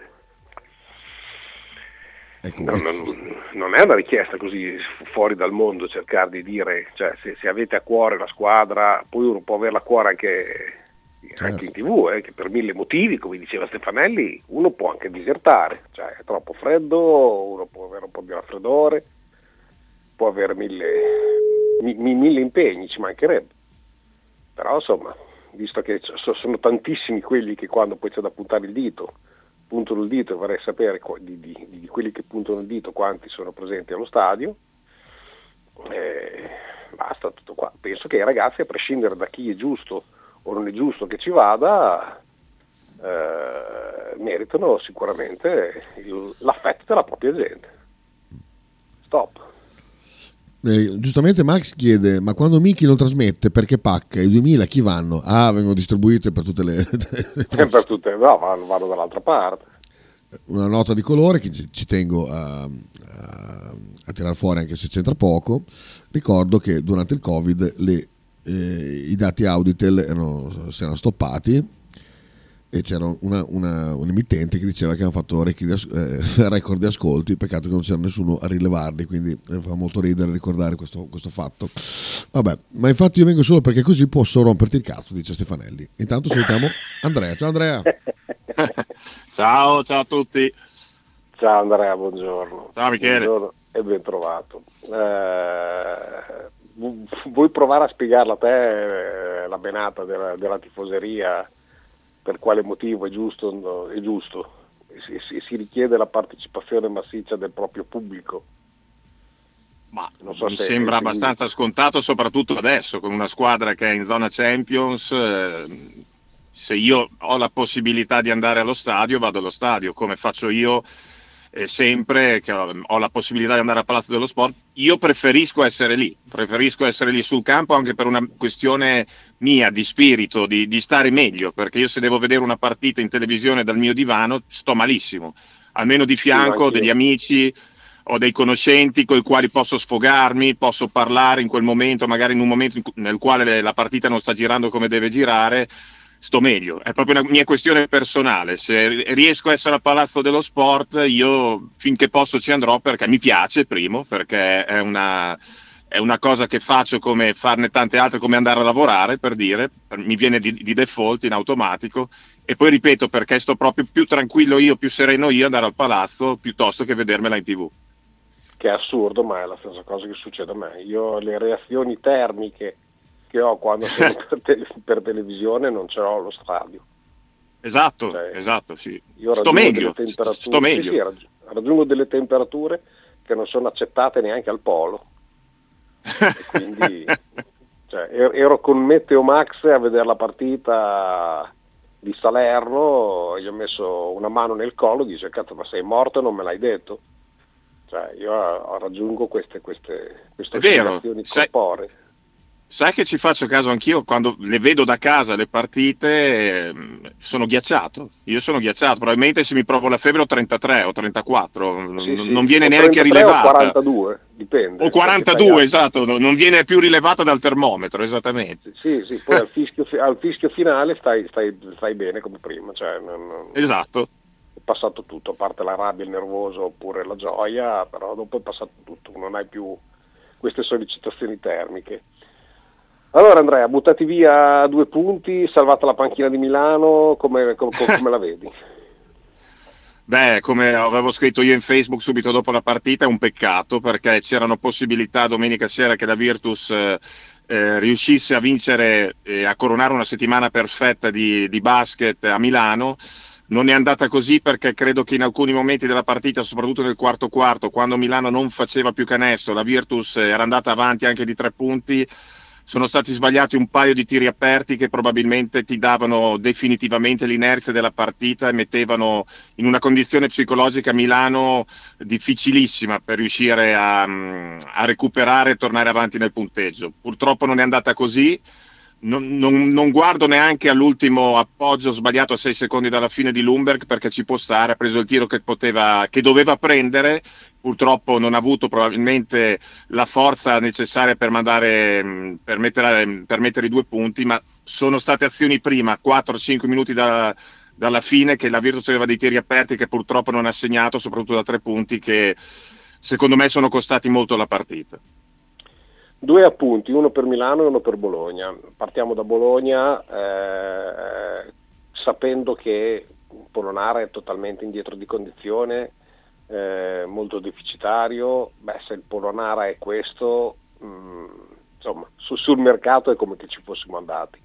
Ecco, non, non, non è una richiesta così fuori dal mondo cercare di dire, cioè se, se avete a cuore la squadra, poi uno può averla a cuore anche... Certo. Anche in tv, eh, che per mille motivi, come diceva Stefanelli, uno può anche disertare, cioè è troppo freddo, uno può avere un po' di raffreddore, può avere mille, mi, mille impegni, ci mancherebbe. Però insomma, visto che sono tantissimi quelli che quando poi c'è da puntare il dito, puntano il dito, e vorrei sapere di, di, di quelli che puntano il dito quanti sono presenti allo stadio, eh, basta, tutto qua. Penso che i ragazzi, a prescindere da chi è giusto o non è giusto che ci vada, eh, meritano sicuramente il, l'affetto della propria gente. Stop. Eh, giustamente Max chiede: ma quando Miki non trasmette perché pacca? I duemila chi vanno? Ah, vengono distribuite per tutte le... per tutte, no, vanno, vanno dall'altra parte. Una nota di colore che ci, ci tengo a, a, a tirare fuori, anche se c'entra poco. Ricordo che durante il Covid le Eh, i dati Auditel erano, si erano stoppati, e c'era una, una, un emittente che diceva che hanno fatto orecchi di as- eh, record di ascolti, peccato che non c'era nessuno a rilevarli, quindi eh, fa molto ridere ricordare questo, questo fatto. Vabbè, ma infatti io vengo solo perché così posso romperti il cazzo, dice Stefanelli. Intanto salutiamo Andrea. Ciao Andrea. Ciao, ciao a tutti. Ciao Andrea, buongiorno. Ciao Michele. Buongiorno e ben trovato. Eh, vuoi provare a spiegarla a te, eh, la benata della, della tifoseria, per quale motivo è giusto, no, è giusto, si, si, si richiede la partecipazione massiccia del proprio pubblico? Ma non so mi se sembra è abbastanza scontato, soprattutto adesso con una squadra che è in zona Champions. Eh, se io ho la possibilità di andare allo stadio, vado allo stadio, come faccio io eh, sempre che ho, ho la possibilità di andare al Palazzo dello Sport. Io preferisco essere lì, preferisco essere lì sul campo anche per una questione mia di spirito, di, di stare meglio, perché io se devo vedere una partita in televisione dal mio divano sto malissimo, almeno di fianco ho degli amici, ho dei conoscenti con i quali posso sfogarmi, posso parlare in quel momento, magari in un momento in cu- nel quale la partita non sta girando come deve girare, sto meglio. È proprio una mia questione personale. Se riesco a essere al Palazzo dello Sport, io finché posso ci andrò, perché mi piace, primo, perché è una, è una cosa che faccio come farne tante altre, come andare a lavorare, per dire, mi viene di, di default, in automatico, e poi ripeto, perché sto proprio più tranquillo io, più sereno io andare al Palazzo, piuttosto che vedermela in tivù. Che è assurdo, ma è la stessa cosa che succede a me. Io le reazioni termiche che ho quando sono per, te- per televisione non ce l'ho allo stadio. Esatto, Cioè, esatto, sì. Io Sto meglio, sto meglio. Sì, sì, raggi- raggiungo delle temperature che non sono accettate neanche al polo. E quindi cioè, ero con Meteo Max a vedere la partita di Salerno, gli ho messo una mano nel collo, dice cazzo, ma sei morto e non me l'hai detto? Cioè, io raggiungo queste, queste, queste È vero, oscillazioni sai, corporee. sai che ci faccio caso anch'io quando le vedo da casa le partite, eh, sono ghiacciato. Io sono ghiacciato, probabilmente se mi provo la febbre ho trentatré o trentaquattro, Sì, non, sì, non viene o neanche trentatré rilevata. O quarantadue, dipende. O quarantadue, esatto, non, non viene più rilevata dal termometro, esattamente. Sì, sì, poi al fischio, al fischio finale stai, stai, stai bene come prima, cioè non, non... Esatto. È passato tutto, a parte la rabbia, il nervoso oppure la gioia, però dopo è passato tutto, non hai più queste sollecitazioni termiche. Allora Andrea, buttati via due punti, salvata la panchina di Milano, come, come, come la vedi? Beh, come avevo scritto io in Facebook subito dopo la partita, è un peccato, perché c'erano possibilità domenica sera che la Virtus eh, eh, riuscisse a vincere e a coronare una settimana perfetta di, di basket a Milano. Non è andata così, perché credo che in alcuni momenti della partita, soprattutto nel quarto quarto, quando Milano non faceva più canestro, la Virtus era andata avanti anche di tre punti, sono stati sbagliati un paio di tiri aperti che probabilmente ti davano definitivamente l'inerzia della partita e mettevano in una condizione psicologica Milano difficilissima per riuscire a, a recuperare e tornare avanti nel punteggio. Purtroppo non è andata così. Non, non, non guardo neanche all'ultimo appoggio sbagliato a sei secondi dalla fine di Lumberg, perché ci può stare, ha preso il tiro che poteva, che doveva prendere, purtroppo non ha avuto probabilmente la forza necessaria per mandare, per mettere, per mettere i due punti, ma sono state azioni prima, quattro cinque minuti da, dalla fine, che la Virtus aveva dei tiri aperti che purtroppo non ha segnato, soprattutto da tre punti, che secondo me sono costati molto la partita. Due appunti, uno per Milano e uno per Bologna. Partiamo da Bologna, eh, sapendo che Polonara è totalmente indietro di condizione, eh, molto deficitario. Beh, se il Polonara è questo, mh, insomma, su, sul mercato è come che ci fossimo andati.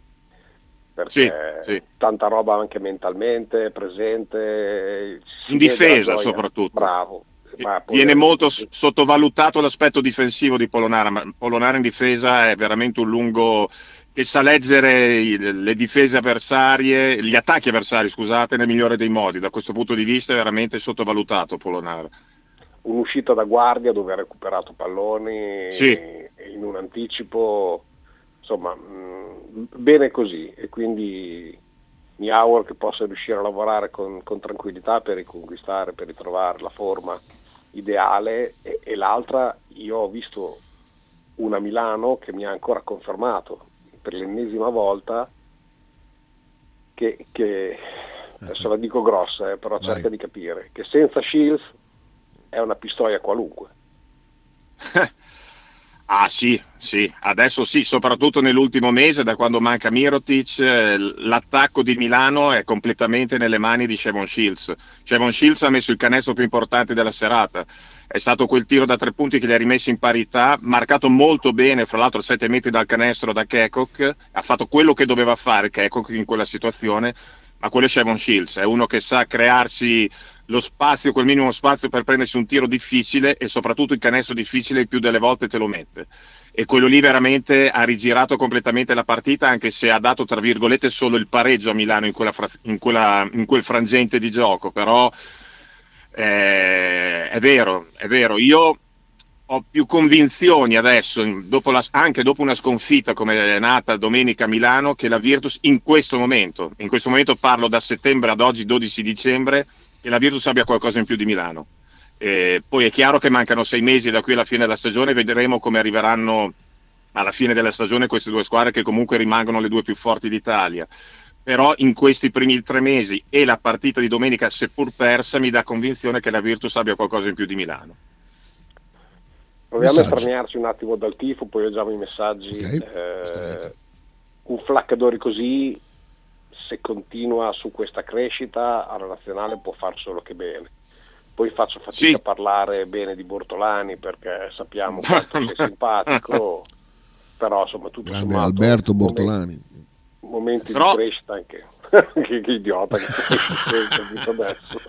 Perché sì, sì. Tanta roba anche mentalmente, presente. In difesa soprattutto. Bravo. Ma viene molto sottovalutato l'aspetto difensivo di Polonara, ma Polonara in difesa è veramente un lungo che sa leggere le difese avversarie, gli attacchi avversari, scusate, nel migliore dei modi. Da questo punto di vista è veramente sottovalutato Polonara. Un'uscita da guardia dove ha recuperato palloni, sì. In un anticipo, insomma, mh, bene così, e quindi mi auguro che possa riuscire a lavorare con, con tranquillità per riconquistare, per ritrovare la forma ideale. E, e l'altra, io ho visto una Milano che mi ha ancora confermato per l'ennesima volta che, che adesso la dico grossa, eh, però Vai. cerca di capire, che senza Shields è una pistoia qualunque. Ah sì, sì, adesso sì, soprattutto nell'ultimo mese, da quando manca Mirotic, eh, l'attacco di Milano è completamente nelle mani di Shevon Shields. Shevon Shields ha messo il canestro più importante della serata, è stato quel tiro da tre punti che li ha rimessi in parità, marcato molto bene, fra l'altro a sette metri dal canestro da Kekoc, ha fatto quello che doveva fare Kekoc in quella situazione, ma quello è Shevon Shields, è uno che sa crearsi lo spazio, quel minimo spazio per prendersi un tiro difficile e soprattutto il canestro difficile il più delle volte te lo mette. E quello lì veramente ha rigirato completamente la partita, anche se ha dato tra virgolette solo il pareggio a Milano in, quella fra- in, quella, in quel frangente di gioco, però eh, è vero, è vero, io ho più convinzioni adesso, dopo la, anche dopo una sconfitta come è nata domenica a Milano, che la Virtus in questo momento, in questo momento parlo da settembre ad oggi dodici dicembre, che la Virtus abbia qualcosa in più di Milano. Eh, poi è chiaro che mancano sei mesi da qui alla fine della stagione, vedremo come arriveranno alla fine della stagione queste due squadre che comunque rimangono le due più forti d'Italia. Però in questi primi tre mesi e la partita di domenica, seppur persa, mi dà convinzione che la Virtus abbia qualcosa in più di Milano. Proviamo Messaggi. a estraniarci un attimo dal tifo, poi leggiamo i messaggi. Ok, Eh, un flaccadori così, se continua su questa crescita, alla nazionale può far solo che bene. Poi faccio fatica Sì. a parlare bene di Bortolani perché sappiamo quanto sia simpatico, però insomma tutto Grande sommato Alberto momenti, Bortolani. momenti Però- di crescita anche. che, che idiota che sei capito adesso.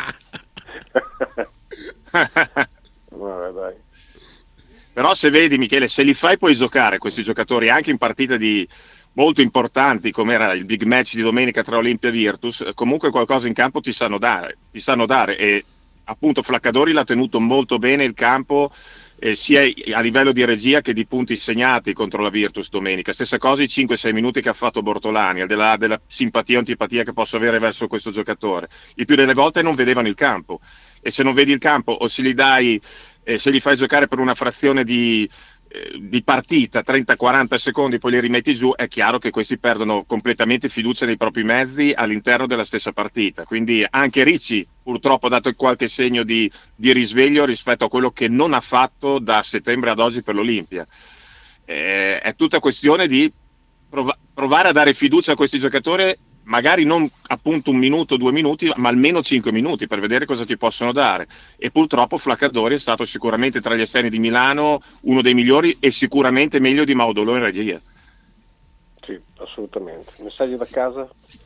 Vabbè, dai. Però se vedi Michele, se li fai puoi giocare questi giocatori anche in partite di molto importanti come era il big match di domenica tra Olimpia e Virtus, eh, comunque qualcosa in campo ti sanno dare, ti sanno dare e appunto Flaccadori l'ha tenuto molto bene il campo, eh, sia a livello di regia che di punti segnati contro la Virtus domenica. Stessa cosa i cinque sei minuti che ha fatto Bortolani, al di là della simpatia o antipatia che posso avere verso questo giocatore. Il più delle volte non vedevano il campo e se non vedi il campo o se li dai, eh, se li fai giocare per una frazione di, eh, di partita, trenta quaranta secondi, poi li rimetti giù, è chiaro che questi perdono completamente fiducia nei propri mezzi all'interno della stessa partita. Quindi anche Ricci purtroppo ha dato qualche segno di, di risveglio rispetto a quello che non ha fatto da settembre ad oggi per l'Olimpia. Eh, è tutta questione di prov- provare a dare fiducia a questi giocatori, magari non appunto un minuto, due minuti, ma almeno cinque minuti per vedere cosa ti possono dare. E purtroppo Flaccadori è stato sicuramente tra gli esterni di Milano uno dei migliori e sicuramente meglio di Maudolò in regia. Sì, assolutamente. Messaggi da casa?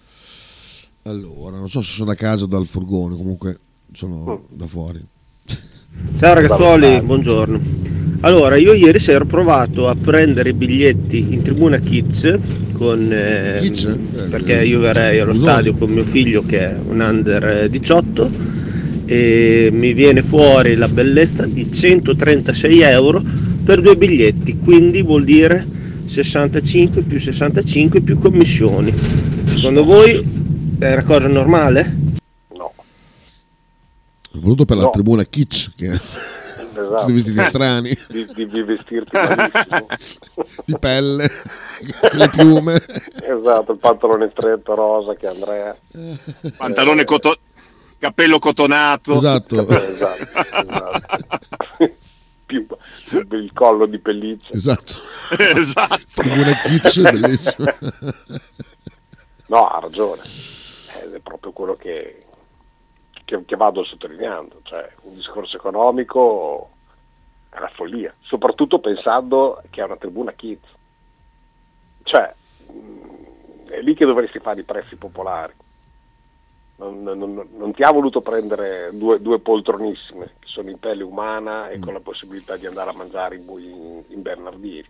Allora, non so se sono a casa o dal furgone, comunque sono da fuori. Ciao ragazzuoli, buongiorno. Allora, io ieri sera ho provato a prendere i biglietti in tribuna Kids con, eh, Kids? Eh, perché io verrei allo Usoni. stadio con mio figlio che è un under diciotto e mi viene fuori la bellezza di centotrentasei euro per due biglietti, quindi vuol dire sessantacinque più sessantacinque più commissioni. Secondo voi è una cosa normale? No. Soprattutto per la No. tribuna kitsch, che Esatto. tutti vestiti strani, Di, di, di vestirti malissimo. di pelle, con le piume. Esatto, il pantalone stretto rosa che Andrea. Pantalone coto- cappello cotonato. Esatto. Esatto, esatto. Più, il collo di pelliccia. Esatto. Esatto. Tribuna kitsch, bellissimo. No, ha ragione. Ed è proprio quello che, che, che vado sottolineando. Cioè, un discorso economico è una follia. Soprattutto pensando che è una tribuna kids. Cioè, mh, è lì che dovresti fare i prezzi popolari. Non, non, non ti ha voluto prendere due, due poltronissime che sono in pelle umana e con la possibilità di andare a mangiare in, in, in Bernardini.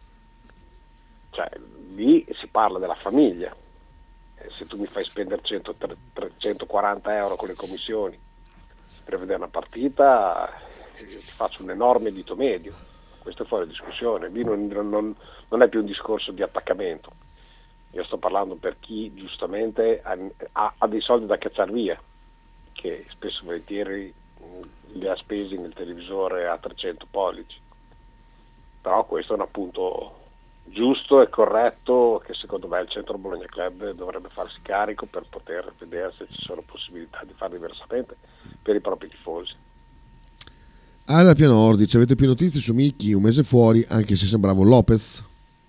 Cioè, lì si parla della famiglia. Eh, se tu mi fai spendere cento, trecentoquaranta euro con le commissioni per vedere una partita, eh, ti faccio un enorme dito medio. Questo è fuori discussione. Lì non, non, non è più un discorso di attaccamento. Io sto parlando per chi giustamente ha, ha, ha dei soldi da cacciare via, che spesso e volentieri mh, li ha spesi nel televisore a trecento pollici. Però questo è un appunto giusto e corretto, che secondo me il Centro Bologna Club dovrebbe farsi carico per poter vedere se ci sono possibilità di fare diversamente per i propri tifosi. Alla Pianor dice: avete più notizie su Micchi? Un mese fuori, anche se sembrava un Lopez.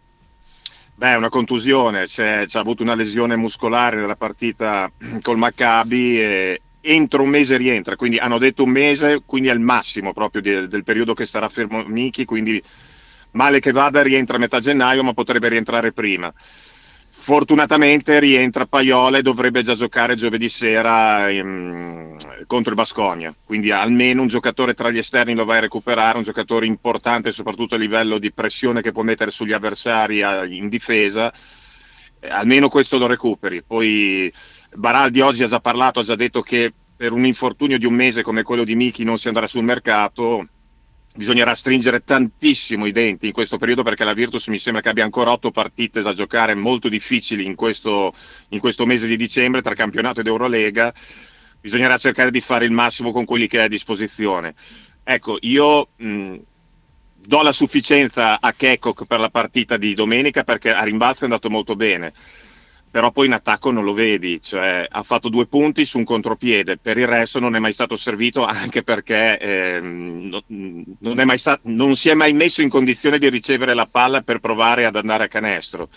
Beh, una contusione, c'è, c'ha avuto una lesione muscolare nella partita col Maccabi e entro un mese rientra, quindi hanno detto un mese, quindi è il massimo proprio di, del periodo che starà fermo Micchi, quindi male che vada rientra a metà gennaio, ma potrebbe rientrare prima. Fortunatamente rientra Paiola e dovrebbe già giocare giovedì sera in, contro il Baskonia, quindi almeno un giocatore tra gli esterni lo vai a recuperare, un giocatore importante soprattutto a livello di pressione che può mettere sugli avversari in difesa, eh, almeno questo lo recuperi. Poi Baraldi oggi ha già parlato, ha già detto che per un infortunio di un mese come quello di Micchi non si andrà sul mercato. Bisognerà stringere tantissimo i denti in questo periodo, perché la Virtus mi sembra che abbia ancora otto partite da giocare molto difficili in questo, in questo mese di dicembre tra campionato ed Eurolega. Bisognerà cercare di fare il massimo con quelli che hai a disposizione. Ecco, io mh, do la sufficienza a Kekok per la partita di domenica, perché a rimbalzo è andato molto bene, però poi in attacco non lo vedi, cioè ha fatto due punti su un contropiede, per il resto non è mai stato servito, anche perché eh, no, non, è mai sta- non si è mai messo in condizione di ricevere la palla per provare ad andare a canestro.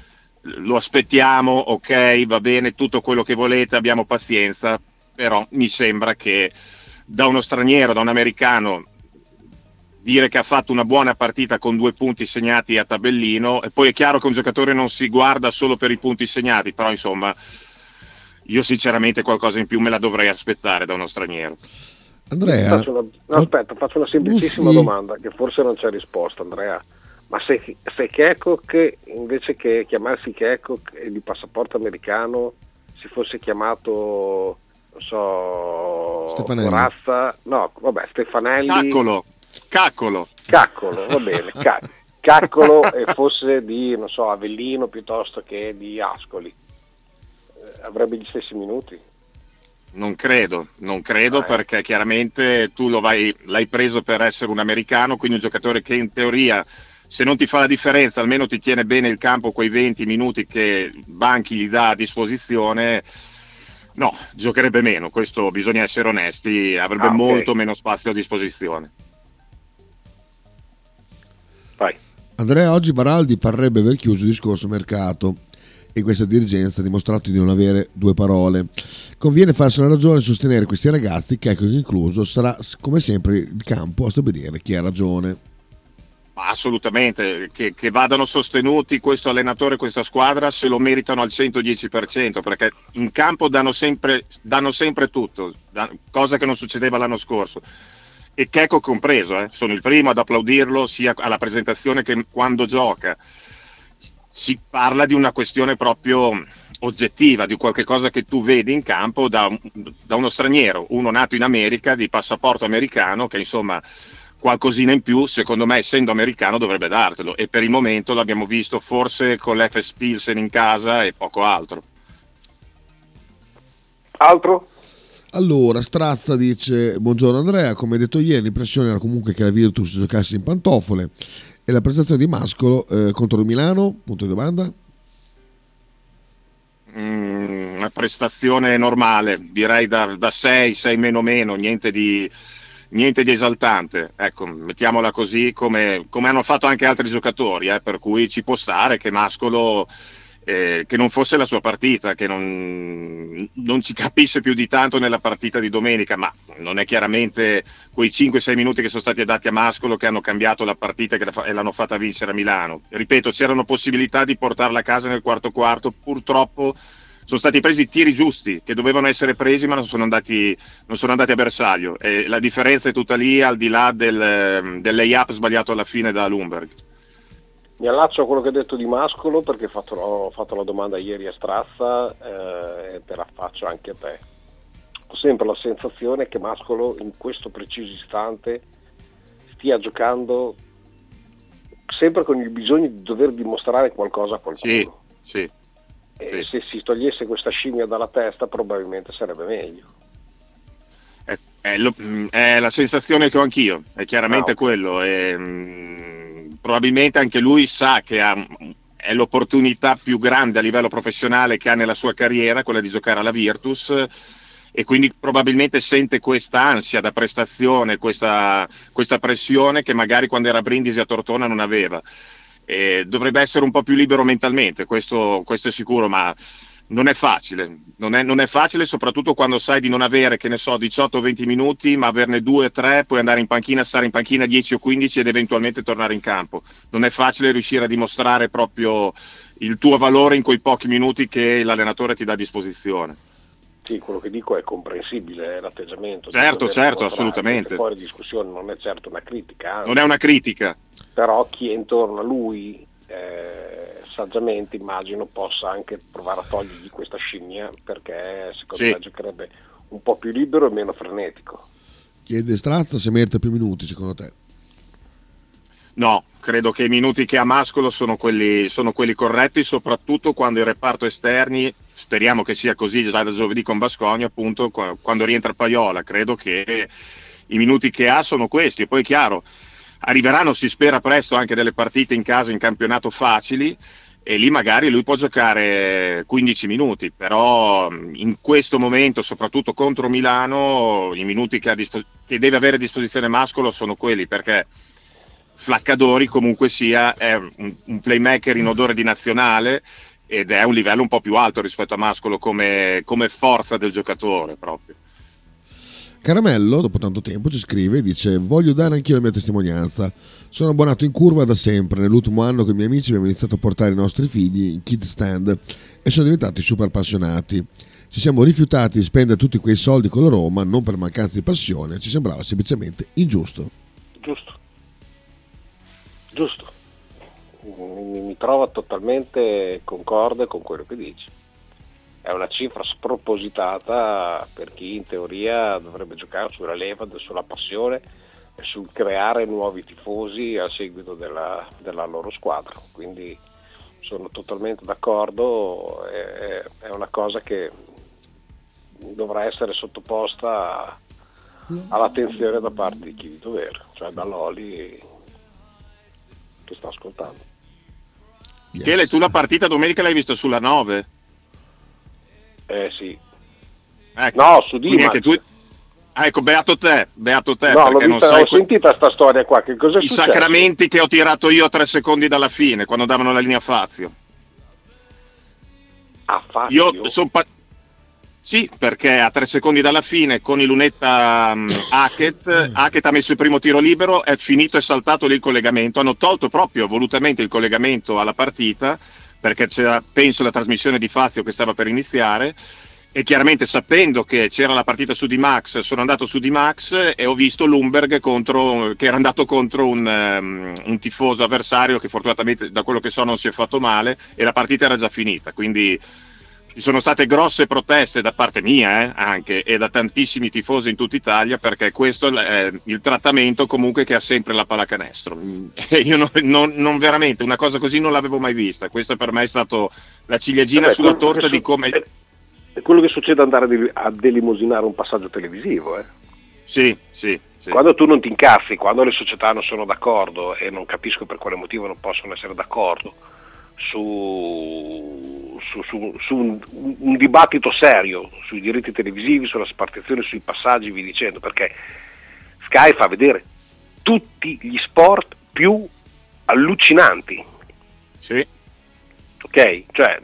Lo aspettiamo, ok, va bene, tutto quello che volete, abbiamo pazienza, però mi sembra che da uno straniero, da un americano, dire che ha fatto una buona partita con due punti segnati a tabellino, e poi è chiaro che un giocatore non si guarda solo per i punti segnati, però insomma io sinceramente qualcosa in più me la dovrei aspettare da uno straniero. Andrea, faccio una, no, aspetta, faccio una semplicissima Buffi. domanda che forse non c'è risposta, Andrea. Ma se, se Kekok, invece che chiamarsi Kekok e di passaporto americano, si fosse chiamato, non so, Stefanelli. Corazza, no, vabbè, Stefanelli. Caccolo, caccolo. Caccolo, va bene, ca- Caccolo e fosse di, non so, Avellino piuttosto che di Ascoli, eh, avrebbe gli stessi minuti? Non credo, non credo Ah, eh. perché chiaramente tu lo vai, l'hai preso per essere un americano, quindi un giocatore che in teoria, se non ti fa la differenza, almeno ti tiene bene il campo quei venti minuti che Banchi gli dà a disposizione. No, giocherebbe meno, questo bisogna essere onesti, avrebbe Ah, ok. molto meno spazio a disposizione. Vai. Andrea, oggi Baraldi parrebbe aver chiuso il discorso mercato e questa dirigenza ha dimostrato di non avere due parole. Conviene farsi una ragione e sostenere questi ragazzi, che ecco incluso sarà come sempre il campo a stabilire chi ha ragione. Assolutamente, che, che vadano sostenuti questo allenatore e questa squadra se lo meritano al centodieci per cento, perché in campo danno sempre, danno sempre tutto, da- cosa che non succedeva l'anno scorso. E Checco compreso, eh. Sono il primo ad applaudirlo sia alla presentazione che quando gioca. Si parla di una questione proprio oggettiva, di qualche cosa che tu vedi in campo da, un- da uno straniero, uno nato in America, di passaporto americano, che insomma qualcosina in più, secondo me, essendo americano, dovrebbe dartelo, e per il momento l'abbiamo visto forse con l'F S Pilsen in casa e poco altro. Altro? Allora, Strazza dice: buongiorno Andrea, come detto ieri l'impressione era comunque che la Virtus giocasse in pantofole, e la prestazione di Mascolo eh, contro il Milano, punto di domanda? Mm, una prestazione normale, direi da, da sei, sei meno meno, niente di, niente di esaltante, ecco, mettiamola così, come, come hanno fatto anche altri giocatori, eh, per cui ci può stare che Mascolo, eh, che non fosse la sua partita, che non, non ci capisce più di tanto nella partita di domenica, ma non è chiaramente quei cinque sei minuti che sono stati dati a Mascolo che hanno cambiato la partita che la fa- e l'hanno fatta vincere a Milano. Ripeto, c'erano possibilità di portarla a casa nel quarto quarto, purtroppo sono stati presi i tiri giusti che dovevano essere presi, ma non sono andati, non sono andati a bersaglio, e la differenza è tutta lì, al di là del, del lay-up sbagliato alla fine da Lumberg. Mi allaccio a quello che hai detto di Mascolo, perché ho fatto, ho fatto la domanda ieri a Strazza eh, e te la faccio anche a te. Ho sempre la sensazione che Mascolo in questo preciso istante stia giocando sempre con il bisogno di dover dimostrare qualcosa a qualcuno. Sì, sì. E se si togliesse questa scimmia dalla testa probabilmente sarebbe meglio. È, è lo- è la sensazione che ho anch'io, è chiaramente Ah, ok. quello. E, mh, probabilmente anche lui sa che ha, è l'opportunità più grande a livello professionale che ha nella sua carriera, quella di giocare alla Virtus, e quindi probabilmente sente questa ansia da prestazione, questa, questa pressione che magari quando era a Brindisi a Tortona non aveva. E dovrebbe essere un po' più libero mentalmente, questo, questo è sicuro, ma non è facile, non è, non è facile soprattutto quando sai di non avere, che ne so, diciotto o venti minuti, ma averne due o tre, puoi andare in panchina, stare in panchina dieci o quindici ed eventualmente tornare in campo. Non è facile riuscire a dimostrare proprio il tuo valore in quei pochi minuti che l'allenatore ti dà a disposizione. Sì, quello che dico è comprensibile, è l'atteggiamento. Certo, certo, assolutamente. Fuori discussione, non è certo una critica. Anzi, non è una critica. Però chi è intorno a lui, eh, saggiamente immagino, possa anche provare a togliergli questa scimmia, perché secondo sì. me giocherebbe un po' più libero e meno frenetico. Chiede Strazza se merita più minuti, secondo te? No, credo che i minuti che ha Mascolo sono quelli, sono quelli corretti, soprattutto quando il reparto esterni, speriamo che sia così già da giovedì con Baskonia, appunto, quando rientra Paiola. Credo che i minuti che ha sono questi, e poi è chiaro, arriveranno, si spera presto, anche delle partite in casa in campionato facili, e lì magari lui può giocare quindici minuti, però in questo momento, soprattutto contro Milano, i minuti che, ha dispo- che deve avere a disposizione Mascolo sono quelli, perché Flaccadori comunque sia è un, un playmaker in odore di nazionale ed è un livello un po' più alto rispetto a Mascolo come, come forza del giocatore proprio. Caramello, dopo tanto tempo, ci scrive e dice: voglio dare anch'io la mia testimonianza. Sono abbonato in curva da sempre. Nell'ultimo anno con i miei amici abbiamo iniziato a portare i nostri figli in kid stand e sono diventati super appassionati. Ci siamo rifiutati di spendere tutti quei soldi con la Roma, non per mancanza di passione, ci sembrava semplicemente ingiusto. Giusto. Giusto. Mi, mi trovo totalmente concorde con quello che dici. È una cifra spropositata per chi in teoria dovrebbe giocare sulla leva, sulla passione e sul creare nuovi tifosi a seguito della, della loro squadra. Quindi sono totalmente d'accordo, è, è una cosa che dovrà essere sottoposta all'attenzione da parte di chi di dovere, cioè da Loli che sta ascoltando. Yes. Chele, tu la partita domenica l'hai vista sulla nove? Eh sì. Ecco, no, su Dimax. Tu... Ah, ecco, beato te, beato te. No, perché l'ho, vista, non sai ho que... sentita sta storia qua, che cosa è I successo? sacramenti che ho tirato io a tre secondi dalla fine, quando davano la linea a Fazio. A Fazio? Io sono pa... Sì, perché a tre secondi dalla fine con il lunetta um, Hackett, Hackett ha messo il primo tiro libero, è finito e saltato lì il collegamento, hanno tolto proprio volutamente il collegamento alla partita, perché c'era, penso, la trasmissione di Fazio che stava per iniziare, e chiaramente sapendo che c'era la partita su D-Max, sono andato su D-Max e ho visto Lumberg contro, che era andato contro un, um, un tifoso avversario che fortunatamente, da quello che so, non si è fatto male, e la partita era già finita, quindi ci sono state grosse proteste da parte mia eh, anche, e da tantissimi tifosi in tutta Italia, perché questo è il trattamento comunque che ha sempre la pallacanestro. E io non, non, non veramente, una cosa così non l'avevo mai vista. Questa per me è stato la ciliegina Vabbè, sulla torta di come... È quello che succede andare a delemosinare un passaggio televisivo. Eh. Sì, sì, sì. Quando tu non ti incazzi, quando le società non sono d'accordo, e non capisco per quale motivo non possono essere d'accordo, Su, su, su, su un, un dibattito serio sui diritti televisivi, sulla spartizione, sui passaggi, vi dicendo, perché Sky fa vedere tutti gli sport più allucinanti. Sì. Ok? Cioè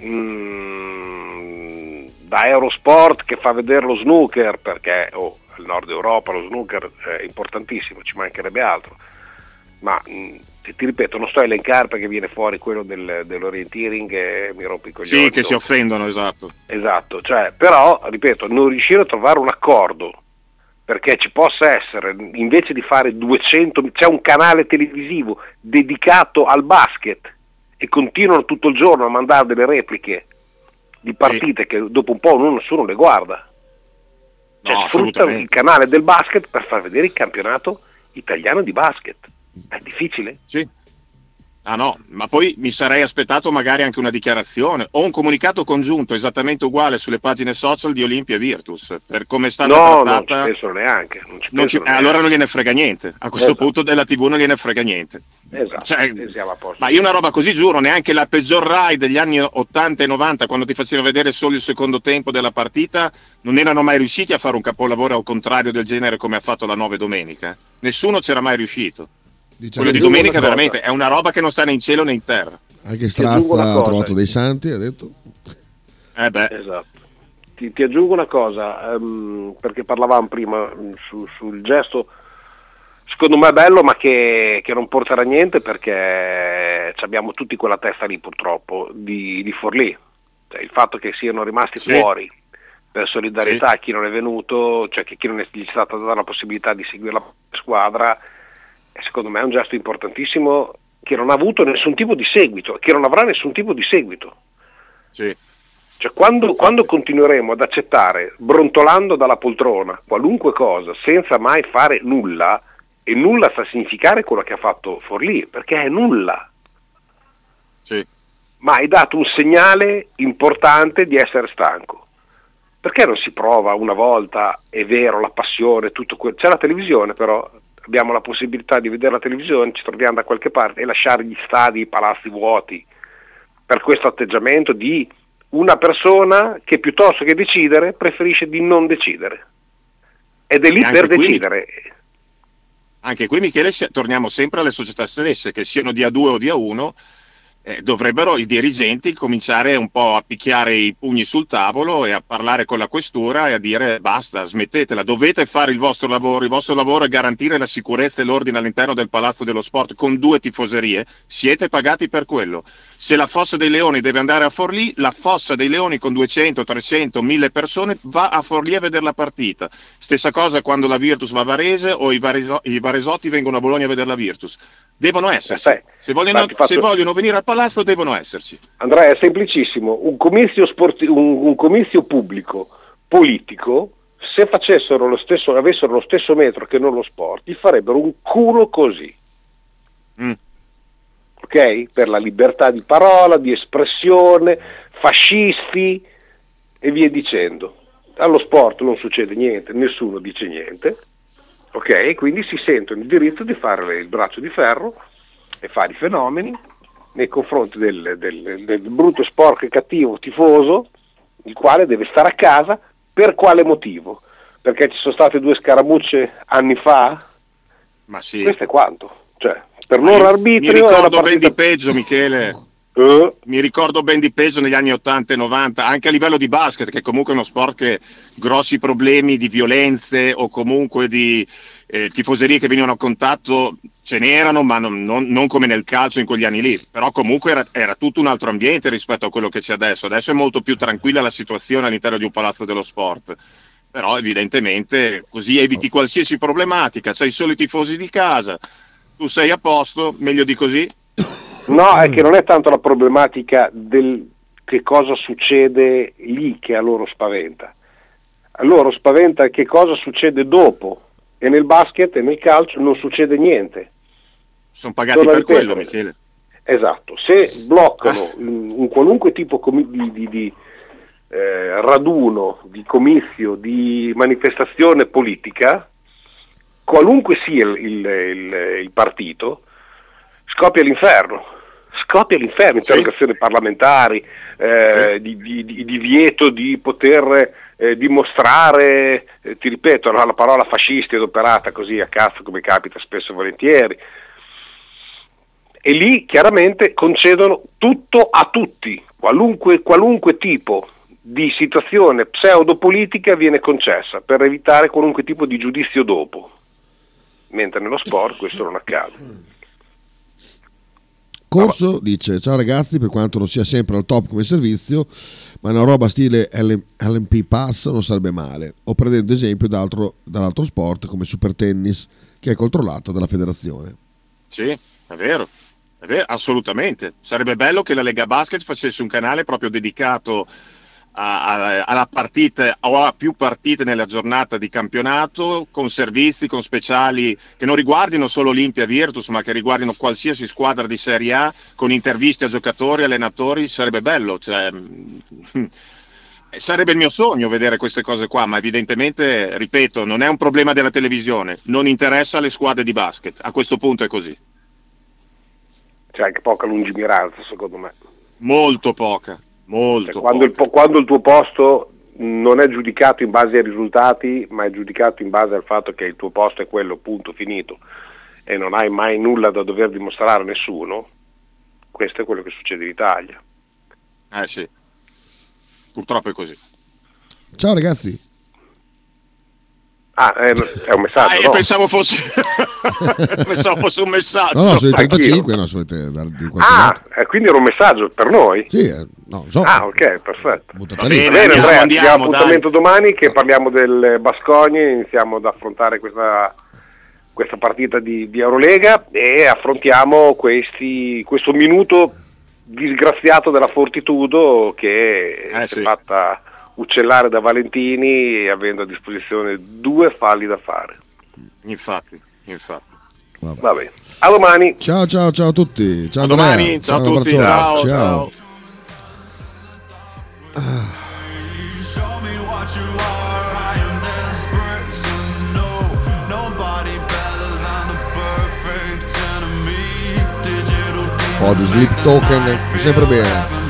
mh, da Eurosport che fa vedere lo snooker, perché oh, al nord Europa lo snooker è importantissimo, ci mancherebbe altro, ma mh, ti ripeto, non sto a elencare perché viene fuori quello del, dell'orienteering e mi rompi i coglioni. Sì, che dopo. Si offendono, esatto. Esatto, cioè, però, ripeto, non riuscire a trovare un accordo perché ci possa essere, invece di fare duecento, c'è un canale televisivo dedicato al basket e continuano tutto il giorno a mandare delle repliche di partite sì. che dopo un po' nessuno le guarda. Cioè, no, sfruttano il canale del basket per far vedere il campionato italiano di basket. È difficile? Sì. Ah no, ma poi mi sarei aspettato magari anche una dichiarazione o un comunicato congiunto esattamente uguale sulle pagine social di Olimpia e Virtus, per come è stata No, trattata. non ci penso neanche. Non ci Non ci- penso eh, neanche. allora non gliene frega niente, a questo Esatto. punto della tivù non gliene frega niente. Esatto, Cioè, e siamo a posto. ma io una roba così giuro, neanche la peggior Rai degli anni ottanta e novanta, quando ti faceva vedere solo il secondo tempo della partita, non erano mai riusciti a fare un capolavoro al contrario del genere come ha fatto la nove domenica. Nessuno c'era mai riuscito. Diciamo Quello di che- domenica una cosa. veramente è una roba che non sta né in cielo né in terra. Anche Ti aggiungo Strazza una ha cosa. trovato dei santi, ha detto. Eh beh, Esatto. Ti, ti aggiungo una cosa, ehm, perché parlavamo prima mh, su- sul gesto, secondo me è bello, ma che, che non porterà a niente, perché ci abbiamo tutti quella testa lì purtroppo di, di Forlì. Cioè, il fatto che siano rimasti Sì. fuori per solidarietà a chi non è venuto, cioè che chi non è gli è stata data la possibilità di seguire la squadra, e secondo me è un gesto importantissimo che non ha avuto nessun tipo di seguito, che non avrà nessun tipo di seguito. sì. Cioè, quando, quando continueremo ad accettare, brontolando dalla poltrona, qualunque cosa, senza mai fare nulla, e nulla sta a significare quello che ha fatto Forlì, perché è nulla, Sì. ma hai dato un segnale importante di essere stanco. Perché non si prova una volta, è vero, la passione, tutto quello. C'è la televisione, però abbiamo la possibilità di vedere la televisione, ci troviamo da qualche parte, e lasciare gli stadi, i palazzi vuoti, per questo atteggiamento di una persona che piuttosto che decidere preferisce di non decidere, ed è lì E anche per qui- decidere. Anche qui, Michele, se- torniamo sempre alle società stesse, che siano di A due o di A uno, eh, dovrebbero i dirigenti cominciare un po' a picchiare i pugni sul tavolo e a parlare con la questura e a dire basta, smettetela, dovete fare il vostro lavoro, il vostro lavoro è garantire la sicurezza e l'ordine all'interno del Palazzo dello Sport con due tifoserie, siete pagati per quello. Se la Fossa dei Leoni deve andare a Forlì, la Fossa dei Leoni con duecento, trecento, mille persone va a Forlì a vedere la partita. Stessa cosa quando la Virtus va a Varese o i, Vareso- i Varesotti vengono a Bologna a vedere la Virtus. Devono esserci. Eh, Se vogliono, ma ti faccio- se vogliono venire al palazzo devono esserci. Andrea, è semplicissimo, un comizio, sporti- un, un comizio pubblico politico, se facessero lo stesso, avessero lo stesso metro che non lo sport, gli farebbero un culo così. Mm. Ok? Per la libertà di parola, di espressione, fascisti e via dicendo. Allo sport non succede niente, nessuno dice niente, ok? Quindi si sentono il diritto di fare il braccio di ferro e fare i fenomeni nei confronti del, del, del brutto, sporco e cattivo tifoso, il quale deve stare a casa. Per quale motivo? Perché ci sono state due scaramucce anni fa? Ma sì. Questo è quanto. Cioè, per Ma loro io arbitrio mi è una ricordo ben partita... di peggio, Michele. Eh? Mi ricordo ben di peggio negli anni ottanta e novanta, anche a livello di basket, che comunque è uno sport che grossi problemi di violenze o comunque di eh, tifoserie che venivano a contatto ce n'erano, ma non, non- non come nel calcio in quegli anni lì. Però comunque era, era tutto un altro ambiente rispetto a quello che c'è adesso. Adesso è molto più tranquilla la situazione all'interno di un palazzo dello sport. Però evidentemente così eviti qualsiasi problematica, c'hai solo i tifosi di casa, tu sei a posto, meglio di così. No, è che non è tanto la problematica del che cosa succede lì che a loro spaventa. A loro spaventa che cosa succede dopo, e nel basket e nel calcio non succede niente. Sono pagati Torno a per ripetere. quello, Michele. Esatto, se bloccano un, un qualunque tipo comi- di, di- di, eh, raduno, di comizio, di manifestazione politica, qualunque sia il, il- il- il partito, scoppia l'inferno. Scoppia l'inferno, interrogazioni parlamentari, eh, di, di- di divieto di poter eh, dimostrare, eh, ti ripeto, la, la parola fascisti è adoperata così a cazzo come capita spesso e volentieri. E lì chiaramente concedono tutto a tutti, qualunque, qualunque tipo di situazione pseudopolitica viene concessa per evitare qualunque tipo di giudizio dopo, mentre nello sport questo non accade. Corso dice: ciao ragazzi, per quanto non sia sempre al top come servizio, ma una roba stile L M P Pass non sarebbe male. O prendendo esempio d'altro, dall'altro sport come Super Tennis, che è controllato dalla federazione. Sì, è vero, è vero, assolutamente. Sarebbe bello che la Lega Basket facesse un canale proprio dedicato a, a, alla partita o a più partite nella giornata di campionato, con servizi, con speciali che non riguardino solo Olimpia Virtus, ma che riguardino qualsiasi squadra di Serie A, con interviste a giocatori, allenatori. Sarebbe bello, cioè, sarebbe il mio sogno vedere queste cose qua, ma evidentemente, ripeto, non è un problema della televisione, non interessa alle squadre di basket, a questo punto è così. C'è anche poca lungimiranza, secondo me. Molto poca, molto cioè, quando, poca. Il, quando il tuo posto non è giudicato in base ai risultati, ma è giudicato in base al fatto che il tuo posto è quello, punto, finito, e non hai mai nulla da dover dimostrare a nessuno, questo è quello che succede in Italia. Eh sì, purtroppo è così. Ciao ragazzi. Ah, è, è un messaggio. Ah, io no? pensavo fosse pensavo fosse un messaggio. No, no, sono i trentacinque, no, sono i di qualche Ah, altro. eh, quindi era un messaggio per noi? Sì, eh, no, so. Ah, ok, perfetto. Buttata Va lì. bene, Andiamo, Andrea, andiamo, ci diamo appuntamento dai. domani che parliamo del Baskogne, iniziamo ad affrontare questa, questa partita di, di Eurolega e affrontiamo questi, questo minuto disgraziato della Fortitudo che Eh, si sì. è fatta uccellare da Valentini avendo a disposizione due falli da fare. Infatti, infatti. Vabbè. Va bene, a domani. Ciao ciao ciao a tutti. Ciao A Andrea. domani, ciao a un tutti, abbraccione. ciao, ciao. Show me what you are, I am desperate to know. Nobody better than a perfect enemy. Digital Un po' di sleep token, sempre bene.